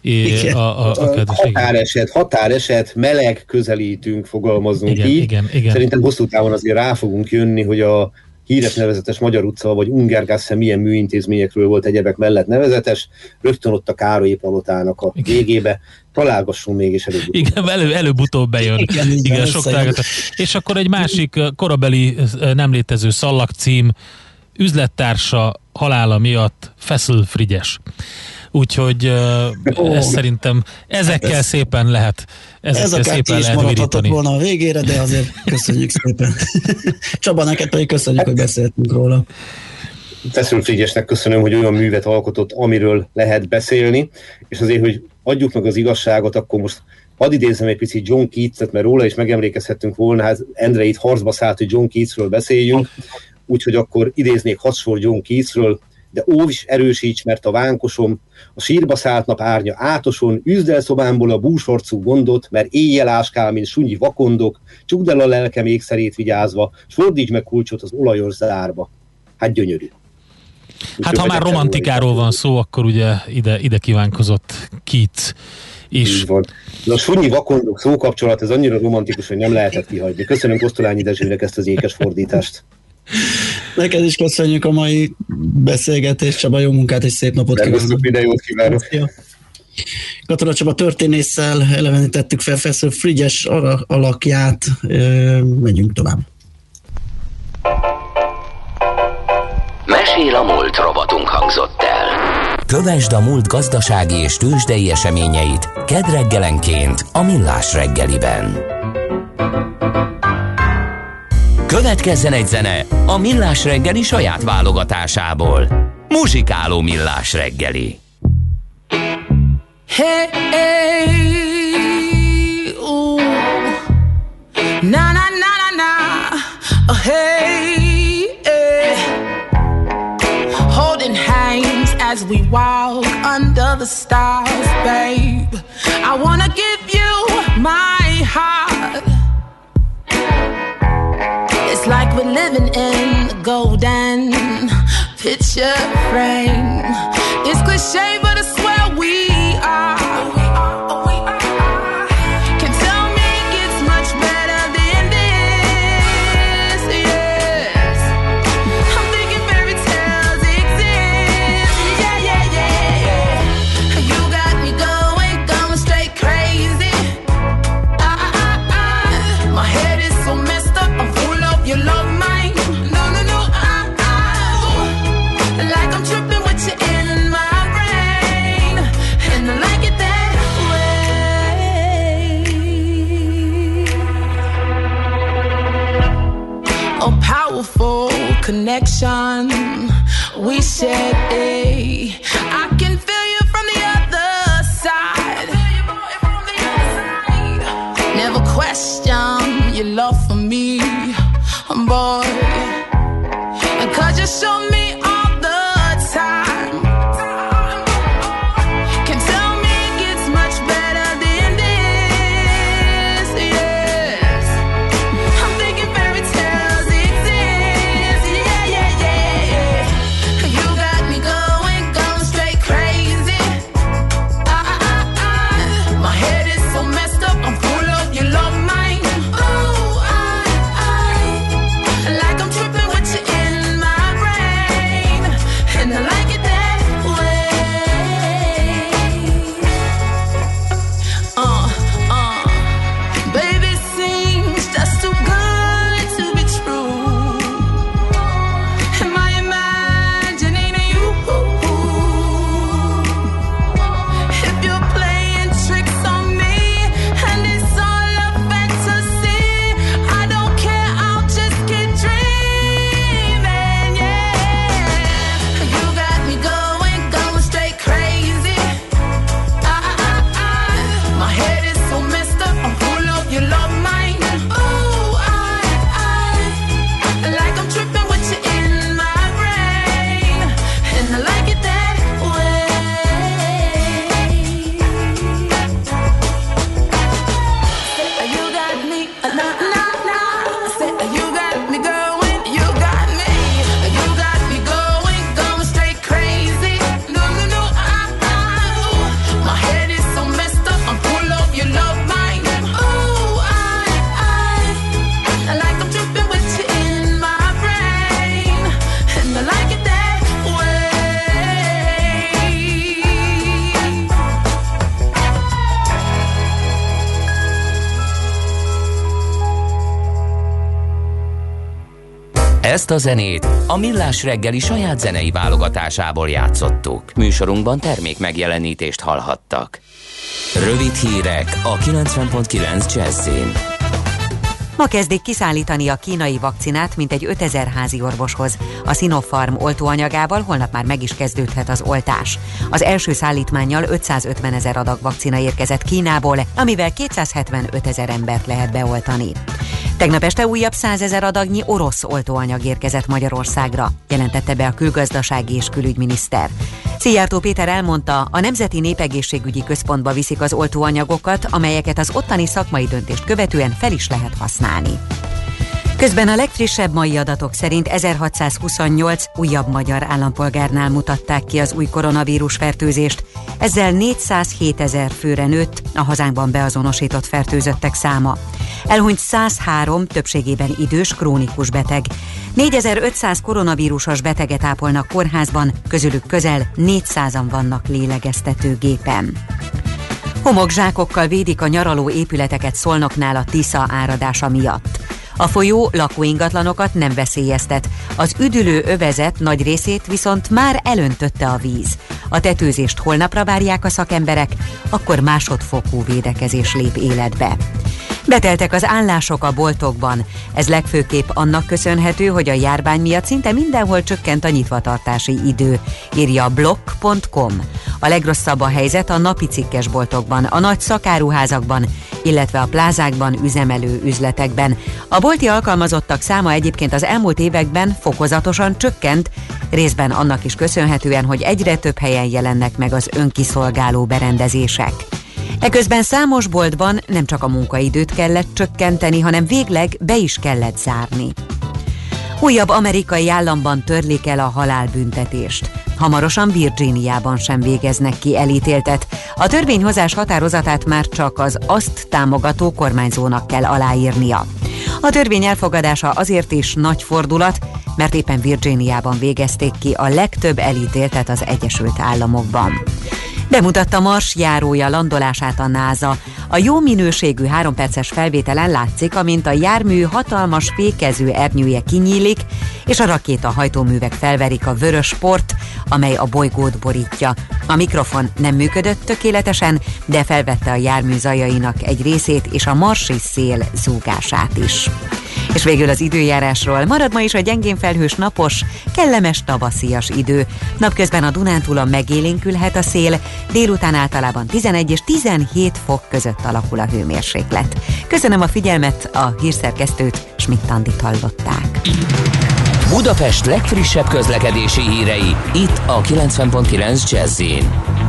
Határeset, meleg közelítünk, fogalmazunk így. Igen. Szerintem hosszú távon azért rá fogunk jönni, hogy a híres nevezetes Magyar utca, vagy Ungergasse milyen műintézményekről volt egyebek mellett nevezetes, rögtön ott a Károlyi palotának a végébe. Találgassunk még, és előbb-utóbb. Igen, előbb-utóbb bejön. Igen, sok találgatás. És akkor egy másik korabeli nem létező szallagcím, üzlettársa halála miatt Feszül Frigyes. Úgyhogy ez szerintem ezekkel szépen lehet maradhatott volna a végére, de azért köszönjük szépen. Csaba, neked pedig köszönjük, hogy beszéltünk róla. Feszül Frigyesnek köszönöm, hogy olyan művet alkotott, amiről lehet beszélni, és azért, hogy adjuk meg az igazságot, akkor most hadd idézzem egy picit John Keats-et, mert róla is megemlékezhettünk volna, hát Endre itt harcba szállt, hogy John Keatsről beszéljünk, úgyhogy akkor idéznék 6 sor John Keatsről, de óvis erősíts, mert a vánkosom, a sírba szállt nap árnya átoson, üzd el szobámból a búsorcú gondot, mert éjjel áskál, mint sunyi vakondok, csukd el a lelkem ékszerét vigyázva, s fordíts meg kulcsot az olajos zárba. Hát gyönyörű. Hát ha már romantikáról van szó, akkor ugye ide kívánkozott Keats is. De a sunyi vakondok szókapcsolat, ez annyira romantikus, hogy nem lehetett kihagyni. Köszönöm Kosztolányi Dezsőnek ezt az ékes fordítást. Neked is köszönjük a mai beszélgetést, Csaba, jó munkát és szép napot kívánok. Minden jót kívánok. Katona Csaba történésszel elevenítettük fel Feszül Frigyes alakját, megyünk tovább. Mesél a múlt rovatunk hangzott el. Kövesd a múlt gazdasági és tőzsdei eseményeit kedd reggelenként a Millás reggeliben. Következzen egy zene a Millás reggeli saját válogatásából. Muzsikáló Millás reggeli. Hey, hey, ooh. Na na na na na. Oh, hey, hey. Holding hands as we walk under the stars, babe. I wanna give you my heart. It's like we're living in a golden picture frame. It's cliche, but I swear we are. Can tell me it gets much better than this, yes. I'm thinking fairy tales exist, yeah, yeah, yeah. You got me going straight crazy. My head is so messed up, I'm full of your love, mine. No, no, no, like I'm tripping with you in my brain, and I like it that way. A powerful connection we share. I can feel you from the other side. Never question your love for me, boy, because you show me all the time. Can tell me it gets much better than this, yes. I'm thinking fairy tales exist, yeah, yeah, yeah. You got me going straight crazy. My head is so messed up, I'm full of your love, mine. Ooh, like I'm tripping with you in my brain. Ezt a zenét a Millás reggeli saját zenei válogatásából játszottuk. Műsorunkban termék megjelenítést hallhattak. Rövid hírek a 90.9 Jazzin. Ma kezdik kiszállítani a kínai vakcinát mintegy 5000 házi orvoshoz. A Sinopharm oltóanyagával holnap már meg is kezdődhet az oltás. Az első szállítmánnyal 550 000 adag vakcina érkezett Kínából, amivel 275 000 embert lehet beoltani. Tegnap este újabb 100 000 adagnyi orosz oltóanyag érkezett Magyarországra, jelentette be a külgazdasági és külügyminiszter. Szijjártó Péter elmondta, a Nemzeti Népegészségügyi Központba viszik az oltóanyagokat, amelyeket az ottani szakmai döntést követően fel is lehet használni. Közben a legfrissebb mai adatok szerint 1628 újabb magyar állampolgárnál mutatták ki az új koronavírus fertőzést, ezzel 407 000 főre nőtt a hazánkban beazonosított fertőzöttek száma. Elhunyt 103, többségében idős, krónikus beteg. 4500 koronavírusos beteget ápolnak kórházban, közülük közel 400-an vannak lélegeztetőgépen. Homokzsákokkal védik a nyaraló épületeket Szolnoknál a Tisza áradása miatt. A folyó lakóingatlanokat nem veszélyeztet, az üdülő övezet nagy részét viszont már elöntötte a víz. A tetőzést holnapra várják a szakemberek, akkor másodfokú védekezés lép életbe. Beteltek az állások a boltokban. Ez legfőképp annak köszönhető, hogy a járvány miatt szinte mindenhol csökkent a nyitvatartási idő, írja a blog.com. A legrosszabb a helyzet a napi cikkes boltokban, a nagy szakáruházakban, illetve a plázákban üzemelő üzletekben. A bolti alkalmazottak száma egyébként az elmúlt években fokozatosan csökkent, részben annak is köszönhetően, hogy egyre több helyen jelennek meg az önkiszolgáló berendezések. Eközben számos boltban nem csak a munkaidőt kellett csökkenteni, hanem végleg be is kellett zárni. Újabb amerikai államban törlik el a halálbüntetést. Hamarosan Virginiában sem végeznek ki elítéltet. A törvényhozás határozatát már csak az azt támogató kormányzónak kell aláírnia. A törvény elfogadása azért is nagy fordulat, mert éppen Virginiában végezték ki a legtöbb elítéltet az Egyesült Államokban. Bemutatta Mars járója landolását a NASA. A jó minőségű 3 perces felvételen látszik, amint a jármű hatalmas fékező ernyője kinyílik, és a rakéta hajtóművek felverik a vörös port, amely a bolygót borítja. A mikrofon nem működött tökéletesen, de felvette a jármű zajainak egy részét és a marsi szél zúgását is. És végül az időjárásról. Marad ma is a gyengén felhős, napos, kellemes tavaszias idő. Napközben a Dunántúlon megélénkülhet a szél, délután általában 11 és 17 fok között alakul a hőmérséklet. Köszönöm a figyelmet, a hírszerkesztőt, Schmidt-Andit hallották. Budapest legfrissebb közlekedési hírei, itt a 90.9 Jazz-in.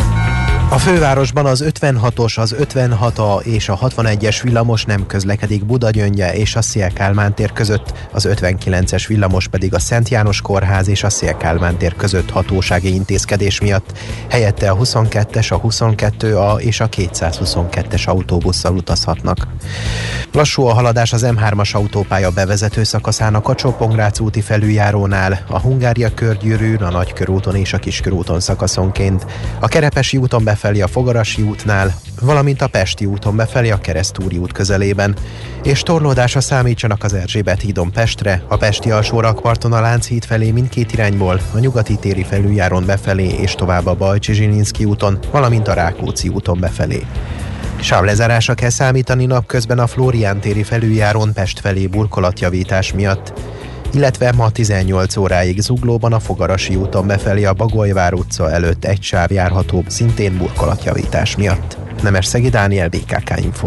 A fővárosban az 56-os, az 56A és a 61-es villamos nem közlekedik Budagyöngye és a Széll-Kálmán tér között, az 59-es villamos pedig a Szent János Kórház és a Széll-Kálmán tér között hatósági intézkedés miatt, helyette a 22-es, a 22A és a 222-es autóbusszal utazhatnak. Lassú a haladás az M3-as autópálya bevezető szakaszán a Kacsó-Pongrác úti felüljárónál, a Hungária körgyűrűn, a Nagykörúton és a Kiskörúton szakaszonként, a Kerepesi úton befelé a Fogarasi útnál, valamint a Pesti úton befelé a Keresztúri út közelében, és torlódásra számítsanak az Erzsébet hídon Pestre, a pesti alsó rakparton a Lánchíd felé mindkét irányból, a Nyugati téri felüljáron befelé és tovább a Bajcsi-Zsilinszky úton, valamint a Rákóczi úton befelé. Sávlezárásra kell számítani napközben a Flórián téri felüljáron Pest felé burkolatjavítás miatt, illetve ma 18 óráig Zuglóban a Fogarasi úton befelé a Bagolyvár utca előtt egy sáv járható, szintén burkolatjavítás miatt. Nemesszegi Dániel, BKK Info.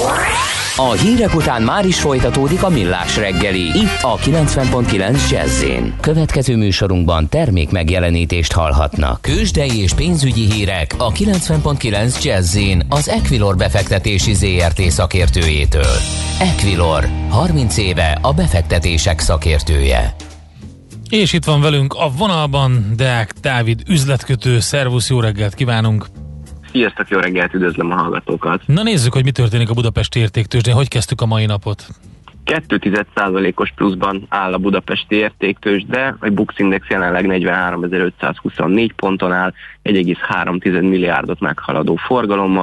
A hírek után már is folytatódik a Millás reggeli, itt a 90.9 Jazz-in. Következő műsorunkban termék megjelenítést hallhatnak. Tőzsdei és pénzügyi hírek a 90.9 Jazz-in az Equilor befektetési ZRT szakértőjétől. Equilor, 30 éve a befektetések szakértője. És itt van velünk a vonalban Deák Dávid üzletkötő. Szervusz, jó reggelt kívánunk! Sziasztok, jó reggelt, üdvözlöm a hallgatókat! Na nézzük, hogy mi történik a Budapesti Értéktőzsdén. Hogy kezdtük a mai napot? 2,1%-os pluszban áll a Budapesti Értéktőzsde, a Bux Index jelenleg 43.524 ponton áll, 1,3 milliárdot meghaladó forgalommal,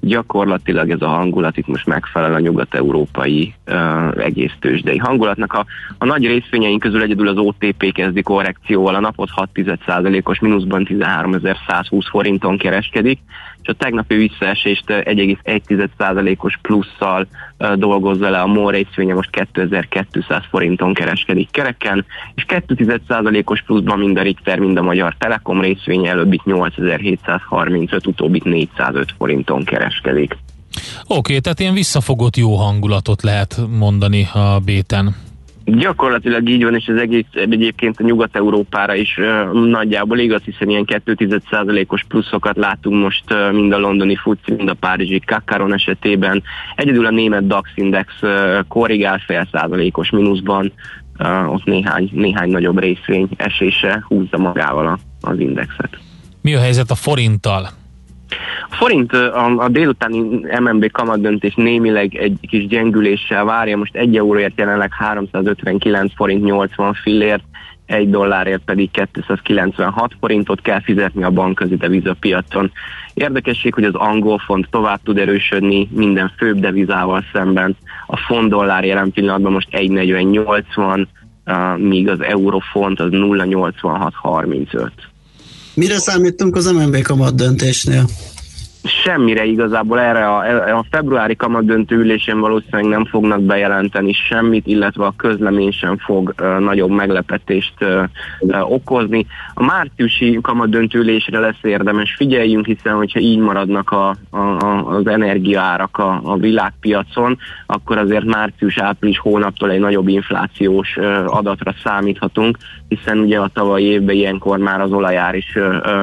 gyakorlatilag ez a hangulat itt most megfelel a nyugat-európai egész tőzsdei hangulatnak. A nagy részvényeink közül egyedül az OTP kezdi korrekcióval a napot, 6%-os mínuszban 13.120 forinton kereskedik, és a tegnapi visszaesést 1,1%-os plusszal dolgozza le a MOL részvénye, most 2200 forinton kereskedik kereken, és 2,1%-os pluszban mind a Richter, mind a Magyar Telekom részvénye, előbbit 8735, utóbbit 405 forinton kereskedik. Oké, tehát ilyen visszafogott jó hangulatot lehet mondani a béten. Gyakorlatilag így van, és ez egész egyébként a Nyugat-Európára is nagyjából igaz, hiszen ilyen 2,1%-os pluszokat látunk most mind a londoni FTSE, mind a párizsi CAC 40 esetében. Egyedül a német DAX index korrigál 0,5%-os mínuszban, ott néhány nagyobb részvény esése húzza magával az indexet. Mi a helyzet a forinttal? A forint a délutáni MNB kamatdöntés némileg egy kis gyengüléssel várja, most 1 euróért jelenleg 359 forint 80 fillért, 1 dollárért pedig 296 forintot kell fizetni a bankközi devizapiacon. Érdekesség, hogy az angol font tovább tud erősödni minden főbb devizával szemben. A font dollár jelen pillanatban most 1,4080, míg az eurofont az 0,8635. Mire számítunk az MNB kamatdöntésnél? Semmire igazából, erre a februári kamatdöntő ülésén valószínűleg nem fognak bejelenteni semmit, illetve a közlemény sem fog nagyobb meglepetést okozni. A márciusi kamatdöntő ülésre lesz érdemes figyeljünk, hiszen hogyha így maradnak az energiaárak a világpiacon, akkor azért március-április hónaptól egy nagyobb inflációs adatra számíthatunk, hiszen ugye a tavalyi évben ilyenkor már az olajár is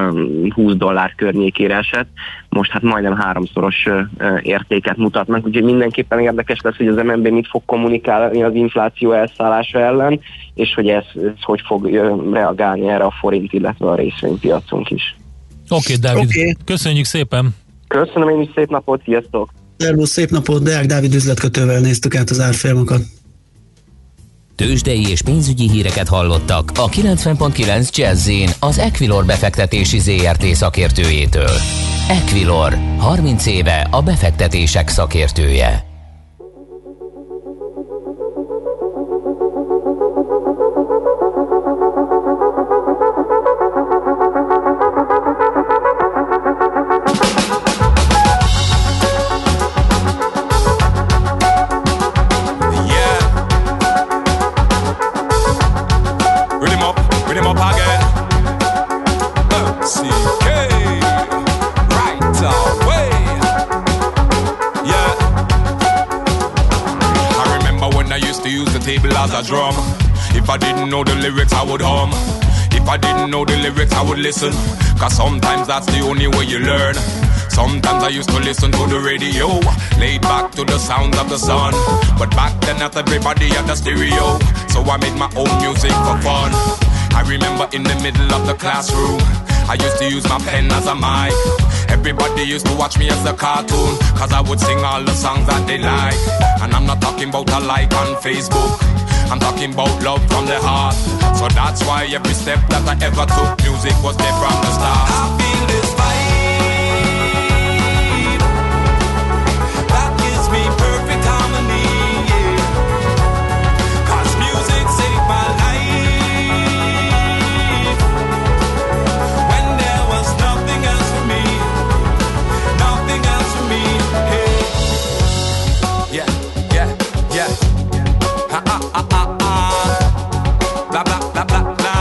$20 környékére esett, most hát majdnem 3-szoros értéket mutatnak, úgyhogy mindenképpen érdekes lesz, hogy az MNB mit fog kommunikálni az infláció elszállása ellen, és hogy ez hogy fog reagálni erre a forint, illetve a részvénypiacunk is. Oké, Dávid, Köszönjük szépen! Köszönöm én is, szép napot, sziasztok! Szervusz, szép napot, Deák Dávid üzletkötővel néztük át az árfolyamokat. Tőzsdei és pénzügyi híreket hallottak a 90.9 Jazz-in az Equilor befektetési ZRT szakértőjétől. Equilor, 30 éve a befektetések szakértője. As a drum. If I didn't know the lyrics, I would hum. If I didn't know the lyrics, I would listen. Cause sometimes that's the only way you learn. Sometimes I used to listen to the radio, laid back to the sounds of the sun. But back then not everybody had a stereo, so I made my own music for fun. I remember in the middle of the classroom, I used to use my pen as a mic. Everybody used to watch me as a cartoon, cause I would sing all the songs that they like. And I'm not talking about a like on Facebook, I'm talking about love from the heart. So that's why every step that I ever took, music was there from the start. I feel this vibe that gives me perfect harmony, yeah. Cause music saved my life when there was nothing else for me, nothing else for me, hey. Yeah, yeah, yeah. Ha ha ha ha ha. Bla bla bla bla bla.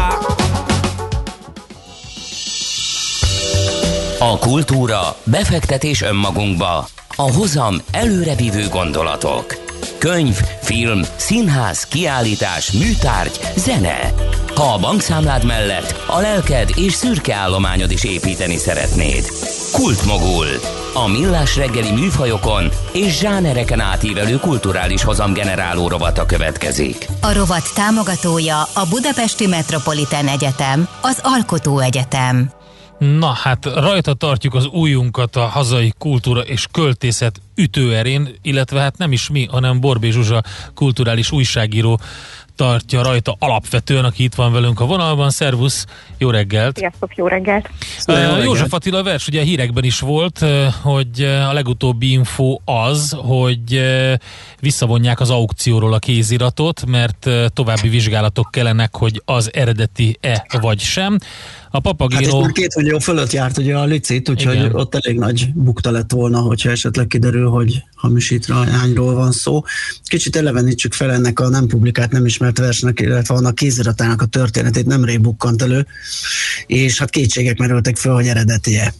A kultúra, befektetés önmagunkba, a hozam előrevívő gondolatok. Könyv, film, színház, kiállítás, műtárgy, zene. Ha a bankszámlád mellett a lelked és szürke állományod is építeni szeretnéd. Kultmogul. A millás reggeli műfajokon és zsánereken átívelő kulturális hozamgeneráló rovata következik. A rovat támogatója a Budapesti Metropolitán Egyetem, az Alkotó Egyetem. Na hát rajta tartjuk az ujjunkat a hazai kultúra és költészet ütőerén, illetve hát nem is mi, hanem Borbély Zsuzsa kulturális újságíró tartja rajta alapvetően, aki itt van velünk a vonalban. Szervusz, jó reggelt! Sziasztok, jó reggelt! József Attila vers, ugye a hírekben is volt, hogy a legutóbbi info az, hogy visszavonják az aukcióról a kéziratot, mert további vizsgálatok kellenek, hogy az eredeti-e vagy sem. A Papagéno... Hát 2 millió fölött járt ugye a licit, úgyhogy igen, ott elég nagy bukta lett volna, hogyha esetleg kiderül, hogy hamisítványról van szó. Kicsit elevenítsük fel ennek a nem publikált, nem ismert versnek, illetve annak kéziratának a történetét, nemrég bukkant elő, és hát kétségek merültek fel, hogy eredeti-e.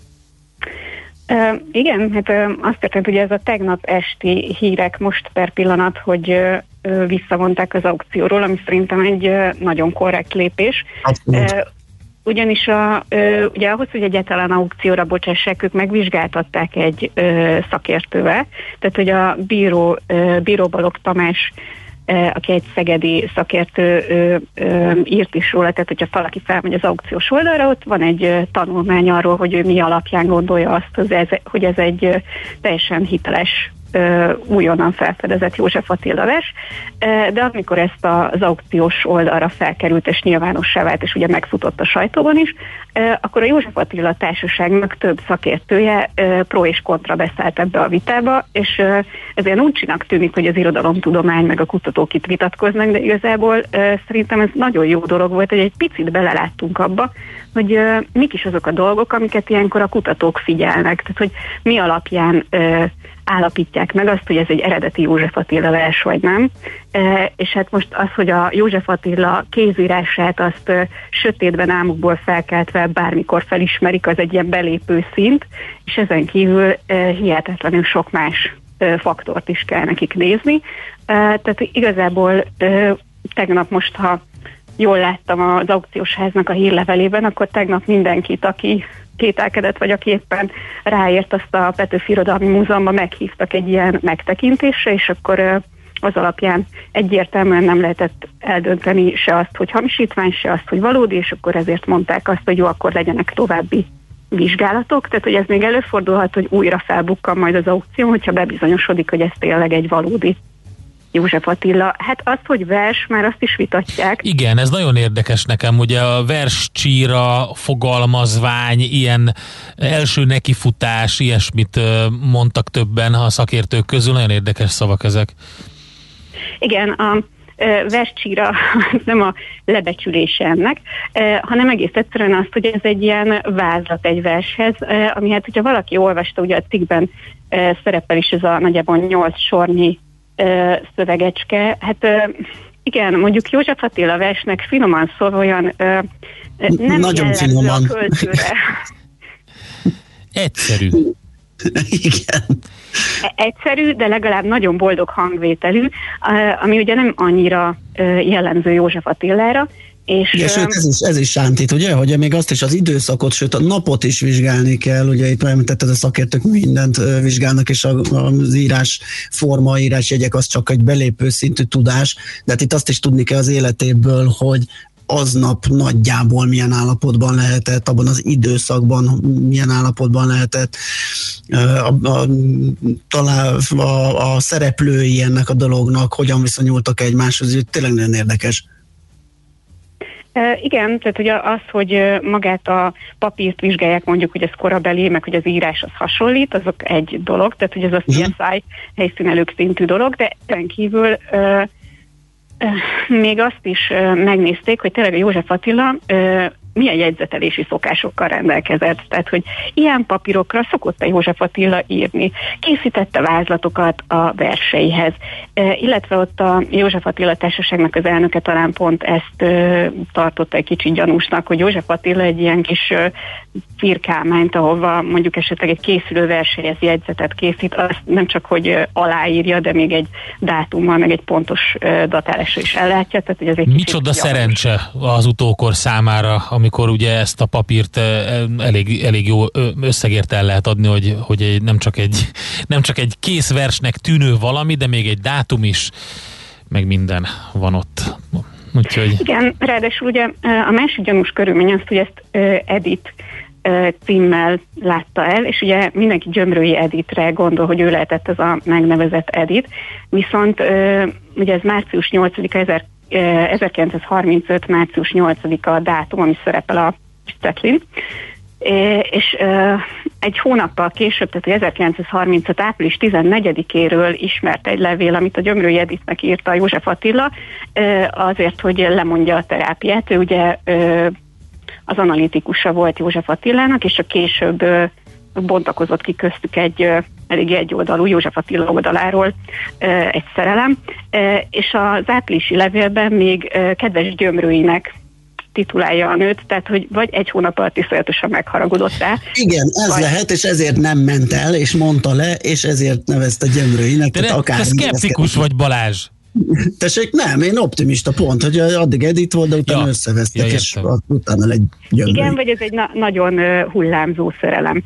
Igen, hát azt történt, ugye ez a tegnap esti hírek most per pillanat, hogy visszavonták az aukcióról, ami szerintem egy nagyon korrekt lépés. Ugyanis ugye ahhoz, hogy egyáltalán aukcióra bocsássák, ők megvizsgáltatták egy szakértővel, tehát hogy a Bíró Balogh Tamás, aki egy szegedi szakértő, írt is róla, tehát hogyha valaki felmegy az aukciós oldalra, ott van egy tanulmány arról, hogy ő mi alapján gondolja azt, hogy ez egy teljesen hiteles, újonnan felfedezett József Attila vers, de amikor ezt az aukciós oldalra felkerült és nyilvánossá vált, és ugye megfutott a sajtóban is, akkor a József Attila Társaságnak több szakértője pro és kontra beszállt ebbe a vitába, és ez ilyen uncsinak tűnik, hogy az irodalomtudomány meg a kutatók itt vitatkoznak, de igazából szerintem ez nagyon jó dolog volt, hogy egy picit beleláttunk abba, hogy mik is azok a dolgok, amiket ilyenkor a kutatók figyelnek, tehát hogy mi alapján állapítják meg azt, hogy ez egy eredeti József Attila vers, vagy nem. És hát most az, hogy a József Attila kézírását azt sötétben álmukból felkeltve bármikor felismerik, az egy ilyen belépő szint, és ezen kívül hihetetlenül sok más faktort is kell nekik nézni. Tehát igazából tegnap most, ha jól láttam az aukciós háznak a hírlevelében, akkor tegnap mindenkit, aki kételkedett, vagy aki éppen ráért, azt a Petőfi Irodalmi Múzeumban meghívtak egy ilyen megtekintésre, és akkor az alapján egyértelműen nem lehetett eldönteni se azt, hogy hamisítvány, se azt, hogy valódi, és akkor ezért mondták azt, hogy jó, akkor legyenek további vizsgálatok, tehát hogy ez még előfordulhat, hogy újra felbukkan majd az aukció, hogyha bebizonyosodik, hogy ez tényleg egy valódi József Attila. Hát azt, hogy vers, már azt is vitatják. Igen, ez nagyon érdekes nekem, ugye a verscsíra, fogalmazvány, ilyen első nekifutás, ilyesmit mondtak többen a szakértők közül, nagyon érdekes szavak ezek. Igen, a verscsíra nem a lebecsülése ennek, hanem egész egyszerűen azt, hogy ez egy ilyen vázlat egy vershez, ami hát, hogyha valaki olvasta, ugye a cikkben szerepel is ez a nagyjából 8 sornyi szövegecske. Hát igen, mondjuk József Attila versnek finoman szólva olyan nem nagyon finoman. A költőre. Egyszerű. Igen. Egyszerű, de legalább nagyon boldog hangvételű, ami ugye nem annyira jellemző József Attilára. És igen, sőt, ez is sántít, ugye, hogy még azt is az időszakot, sőt a napot is vizsgálni kell, ugye itt említetted, a szakértők mindent vizsgálnak, és az írás forma, írásjegyek az csak egy belépő szintű tudás, de hát itt azt is tudni kell az életéből, hogy aznap nagyjából milyen állapotban lehetett, abban az időszakban milyen állapotban lehetett, talán a szereplői ennek a dolognak, hogyan viszonyultak egymáshoz, ez tényleg nagyon érdekes. Igen, tehát ugye az, hogy magát a papírt vizsgálják, mondjuk, hogy ez korabeli, meg hogy az írás az hasonlít, azok egy dolog, tehát hogy ez a CSI helyszínelők szintű dolog, de ezen kívül még azt is megnézték, hogy tényleg a József Attila milyen jegyzetelési szokásokkal rendelkezett. Tehát, hogy ilyen papírokra szokott a József Attila írni. Készítette vázlatokat a verseihez. Illetve ott a József Attila Társaságnak az elnöke talán pont ezt tartotta egy kicsit gyanúsnak, hogy József Attila egy ilyen kis firkálmányt, ahova mondjuk esetleg egy készülő verseihez jegyzetet készít, azt nem csak, hogy aláírja, de még egy dátummal, meg egy pontos datálásra is ellátja. Tehát, hogy ez egy micsoda szerencse az utókor számára, amikor ugye ezt a papírt elég jó összegért el lehet adni, hogy nem csak egy kész versnek tűnő valami, de még egy dátum is, meg minden van ott. Úgyhogy... Igen, ráadásul ugye a másik gyanús körülmény azt, hogy ezt Edith címmel látta el, és ugye mindenki Gyömrői Editre gondol, hogy ő lehetett ez a megnevezett Edith, viszont ugye ez március 8-a 1935. március 8-a a dátum, ami szerepel a Stetlin, és egy hónappal később, tehát 1935. április 14-éről ismert egy levél, amit a Gyömrői Editnek írta József Attila, azért, hogy lemondja a terápiát. Ő ugye az analitikusa volt József Attilának, és a később bontakozott ki köztük egy eléggé egyoldalú József Attila oldaláról egy szerelem, és az áprilisi levélben még kedves Gyömrőinek titulálja a nőt, tehát hogy vagy egy hónap alatt iszonyatosan megharagudott rá. Igen, ez vagy... lehet, és ezért nem ment el, és mondta le, és ezért nevezte Gyömrőinek. Te szkeptikus vagy, Balázs. Tessék, nem, én optimista pont, hogy addig Edith volt, de utána összevesztek, és utána egy Gyömrői. Igen, vagy ez egy nagyon hullámzó szerelem.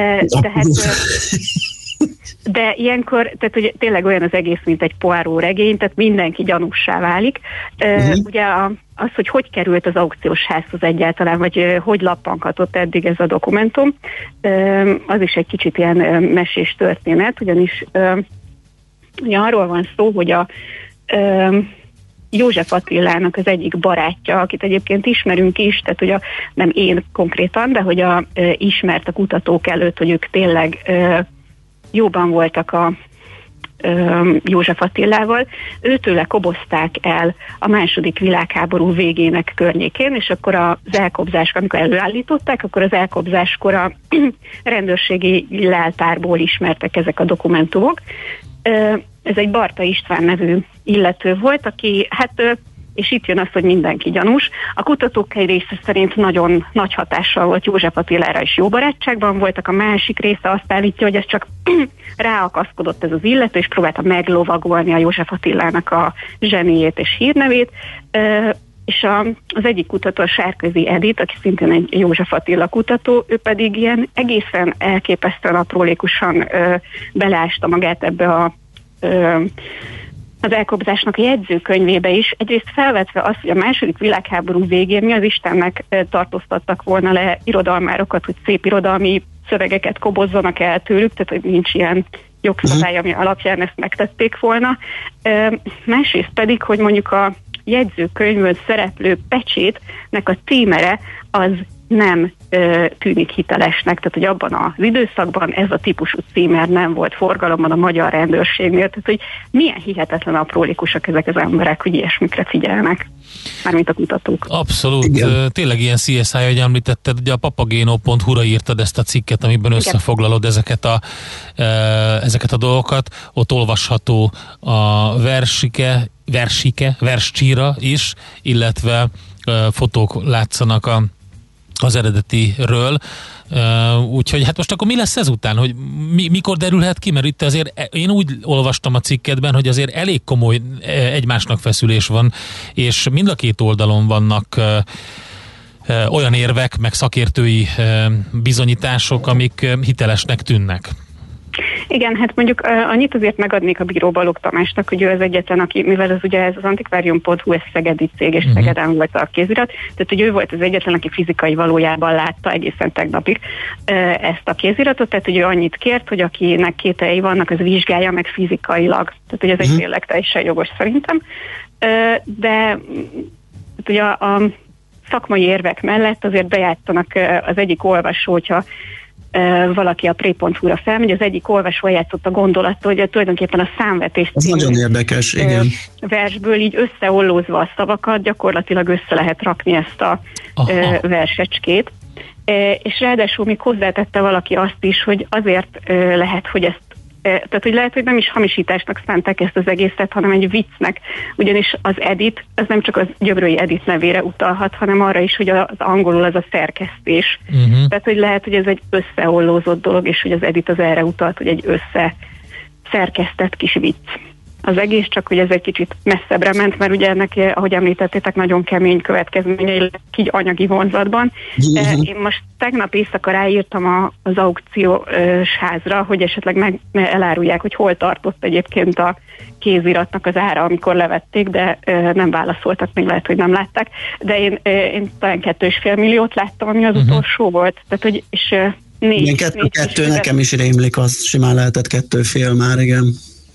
De ilyenkor, tehát ugye tényleg olyan az egész, mint egy Poirot regény, tehát mindenki gyanússá válik. Ugye az, hogy került az aukciós házhoz egyáltalán, vagy hogy lappankatott eddig ez a dokumentum, az is egy kicsit ilyen mesés történet, ugyanis ugye arról van szó, hogy a József Attilának az egyik barátja, akit egyébként ismerünk is, tehát ugye nem én konkrétan, de hogy ismert a kutatók előtt, hogy ők tényleg jóban voltak a József Attilával, őtőle kobozták el a második világháború végének környékén, és akkor az elkobzás, amikor előállították, akkor az elkobzáskor a rendőrségi leltárból ismertek ezek a dokumentumok. Ez egy Barta István nevű illető volt, aki, és itt jön az, hogy mindenki gyanús. A kutatók egy része szerint nagyon nagy hatással volt József Attilára, és jó barátságban voltak, a másik része azt állítja, hogy ez csak ráakaszkodott ez az illető, és próbálta meglovagolni a József Attilának a zseniét és hírnevét, és az egyik kutató, a Sárközi Edith, aki szintén egy József Attila kutató, ő pedig ilyen egészen elképesztően aprólékosan beleásta magát ebbe az elkobzásnak a jegyzőkönyvébe is, egyrészt felvetve azt, hogy a második világháború végén mi az Istennek tartóztattak volna le irodalmárokat, hogy szép irodalmi szövegeket kobozzanak el tőlük, tehát hogy nincs ilyen jogszabály, ami alapján ezt megtették volna. Másrészt pedig, hogy mondjuk a jegyzőkönyvön szereplő pecsétnek a címere az nem tűnik hitelesnek, tehát hogy abban az időszakban ez a típusú címer nem volt forgalomban a magyar rendőrségnél, tehát hogy milyen hihetetlen aprólikusak ezek az emberek, hogy ilyesmikre figyelnek, mármint a kutatók. Abszolút, igen. Tényleg ilyen CSI, hogy említetted, ugye a papageno.hu-ra írtad ezt a cikket, amiben összefoglalod ezeket a dolgokat, ott olvasható a verscsíra is, illetve fotók látszanak az eredetiről. Úgyhogy hát most akkor mi lesz ezután? Hogy mikor derülhet ki? Mert itt azért én úgy olvastam a cikketben, hogy azért elég komoly egymásnak feszülés van, és mind a két oldalon vannak olyan érvek, meg szakértői bizonyítások, amik hitelesnek tűnnek. Igen, hát mondjuk annyit azért megadnék a bíró Balogh Tamásnak, hogy ő az egyetlen, aki, mivel ez ugye ez az antikvárium.hu, ez szegedi cég, és Szegeden volt a kézirat, tehát hogy ő volt az egyetlen, aki fizikai valójában látta egészen tegnapig ezt a kéziratot, tehát hogy ő annyit kért, hogy akinek kételjei vannak, az vizsgálja meg fizikailag. Tehát hogy ez egy tényleg teljesen jogos szerintem. De ugye a szakmai érvek mellett azért bejátszanak az egyik olvasó, hogyha valaki a pré.hu-ra felmegy, az egyik olvasó játszott a gondolattól, hogy tulajdonképpen a Számvetés című nagyon érdekes, igen. versből így összeollózva a szavakat gyakorlatilag össze lehet rakni ezt a versecskét. És ráadásul még hozzátette valaki azt is, hogy azért lehet, hogy ezt tehát, hogy lehet, hogy nem is hamisításnak szánták ezt az egészet, hanem egy viccnek. Ugyanis az Edith, az nem csak az Gyömrői Edith nevére utalhat, hanem arra is, hogy az angolul az a szerkesztés. Tehát, hogy lehet, hogy ez egy összeollózott dolog, és hogy az Edith az erre utalt, hogy egy összeszerkesztett kis vicc. Az egész, csak hogy ez egy kicsit messzebbre ment, mert ugye ennek, ahogy említettétek, nagyon kemény következményei így anyagi vonzatban. Én most tegnap éjszaka ráírtam az aukciós házra, hogy esetleg elárulják, hogy hol tartott egyébként a kéziratnak az ára, amikor levették, de nem válaszoltak, még lehet, hogy nem látták. De én talán 2,5 milliót láttam, ami az utolsó volt. Tehát, hogy és 4 nekem is rémlik, az simán lehetett 2,5 már, igen.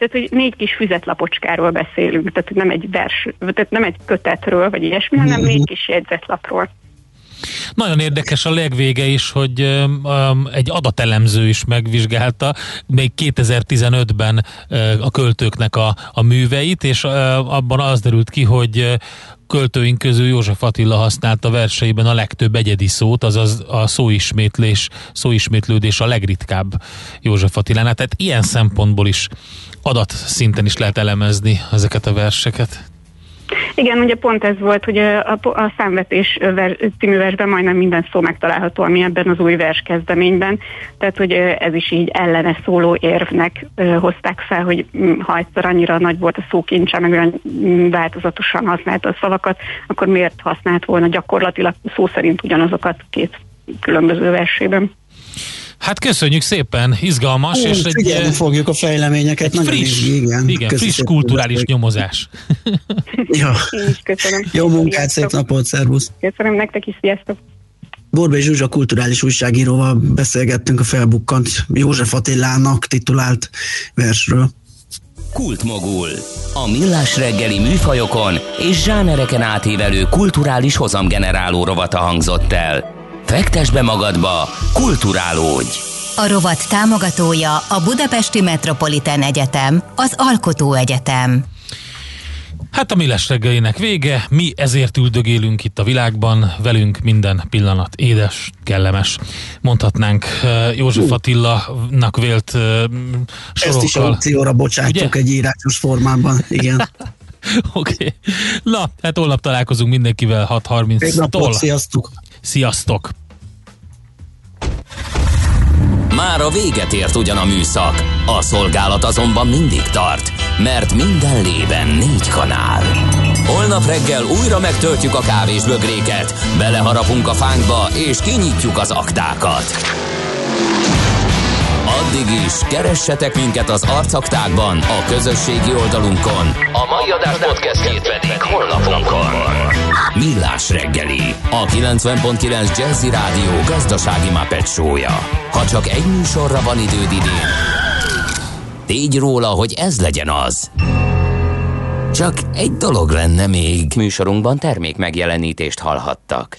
Tehát, hogy 4 kis füzetlapocskáról beszélünk, tehát nem egy tehát nem egy kötetről, vagy ilyesmi, hanem 4 kis jegyzetlapról. Nagyon érdekes a legvége is, hogy egy adatelemző is megvizsgálta még 2015-ben a költőknek a műveit, és abban az derült ki, hogy költőink közül József Attila használta verseiben a legtöbb egyedi szót, azaz a szóismétlődés a legritkább József Attilánál. Tehát ilyen szempontból is adatszinten is lehet elemezni ezeket a verseket. Igen, ugye pont ez volt, hogy a Számvetés című versben majdnem minden szó megtalálható, ami ebben az új verskezdeményben. Tehát, hogy ez is így ellene szóló érvnek hozták fel, hogy ha egyszer annyira nagy volt a szókincse, meg olyan változatosan használta a szavakat, akkor miért használt volna gyakorlatilag szó szerint ugyanazokat 2 különböző versében. Hát köszönjük szépen, izgalmas. És figyelni fogjuk a fejleményeket. Egy friss kulturális nyomozás. Ja. Én is köszönöm. Jó munkát, szép napot, szervusz. Köszönöm nektek is, sziasztok. Borbély Zsuzsa kulturális újságíróval beszélgettünk a felbukkant József Attilának titulált versről. Kultmogul. A millás reggeli műfajokon és zsánereken átívelő kulturális hozamgeneráló rovata hangzott el. Fektesd be magadba, kulturálódj! A rovat támogatója a Budapesti Metropolitán Egyetem, az Alkotó Egyetem. Hát a millás reggelinek vége, mi ezért üldögélünk itt a világban, velünk minden pillanat édes, kellemes. Mondhatnánk József Attilának vélt sorokkal. Ezt is aukcióra bocsátjuk egy írásos formában, igen. Oké. Na, hát holnap találkozunk mindenkivel 6:30-tól. Sziasztok! Sziasztok! Már a véget ért ugyan a műszak, a szolgálat azonban mindig tart, mert minden lében 4 kanál. Holnap reggel újra megtöltjük a kávésbögréket, beleharapunk a fánkba és kinyitjuk az aktákat. Addig is keressetek minket az arcaktákban, a közösségi oldalunkon. A mai adás podcastjét pedig honlapunkon. Millás reggeli, a 90.9 Jazzy Rádió gazdasági Muppet show-ja. Ha csak egy műsorra van időd idén, tégy róla, hogy ez legyen az. Csak egy dolog lenne még. Műsorunkban termék megjelenítést hallhattak.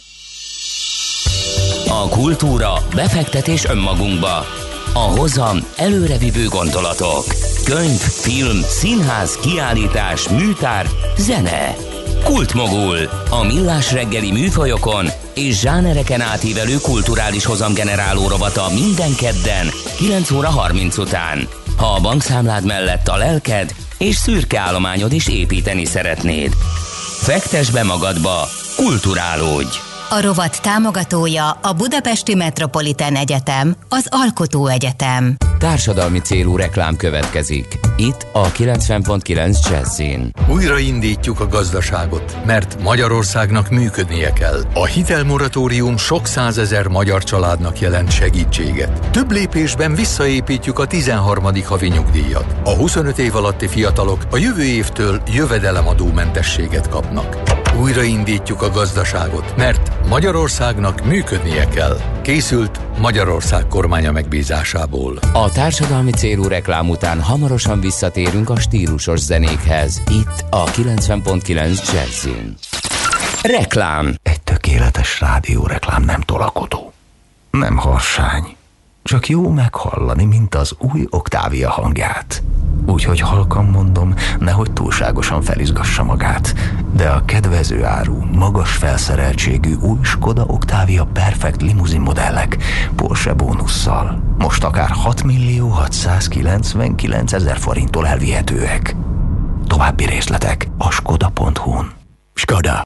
A kultúra, befektetés önmagunkba. A hozam előrevívő gondolatok. Könyv, film, színház, kiállítás, műtár, zene. Kultmogul. A millás reggeli műfajokon és zsánereken átívelő kulturális hozamgeneráló rovata minden kedden 9:30 után. Ha a bankszámlád mellett a lelked és szürke állományod is építeni szeretnéd. Fektesd be magadba, kulturálódj! A rovat támogatója a Budapesti Metropolitán Egyetem, az Alkotó Egyetem. Társadalmi célú reklám következik. Itt a 90.9 Jazzin. Újraindítjuk a gazdaságot, mert Magyarországnak működnie kell. A hitelmoratórium sok százezer magyar családnak jelent segítséget. Több lépésben visszaépítjük a 13. havi nyugdíjat. A 25 év alatti fiatalok a jövő évtől jövedelemadómentességet kapnak. Újraindítjuk a gazdaságot, mert Magyarországnak működnie kell. Készült Magyarország kormánya megbízásából. A társadalmi célú reklám után hamarosan visszatérünk a stílusos zenékhez. Itt a 90.9 Jazzin. Reklám. Egy tökéletes rádióreklám nem tolakodó. Nem harsány. Csak jó meghallani, mint az új Octavia hangját. Úgyhogy halkan mondom, nehogy túlságosan felizgassa magát. De a kedvező áru, magas felszereltségű új Skoda Octavia Perfect limuzin modellek Porsche bónusszal most akár 6.699.000 forinttól elvihetőek. További részletek a skoda.hu-n. Skoda.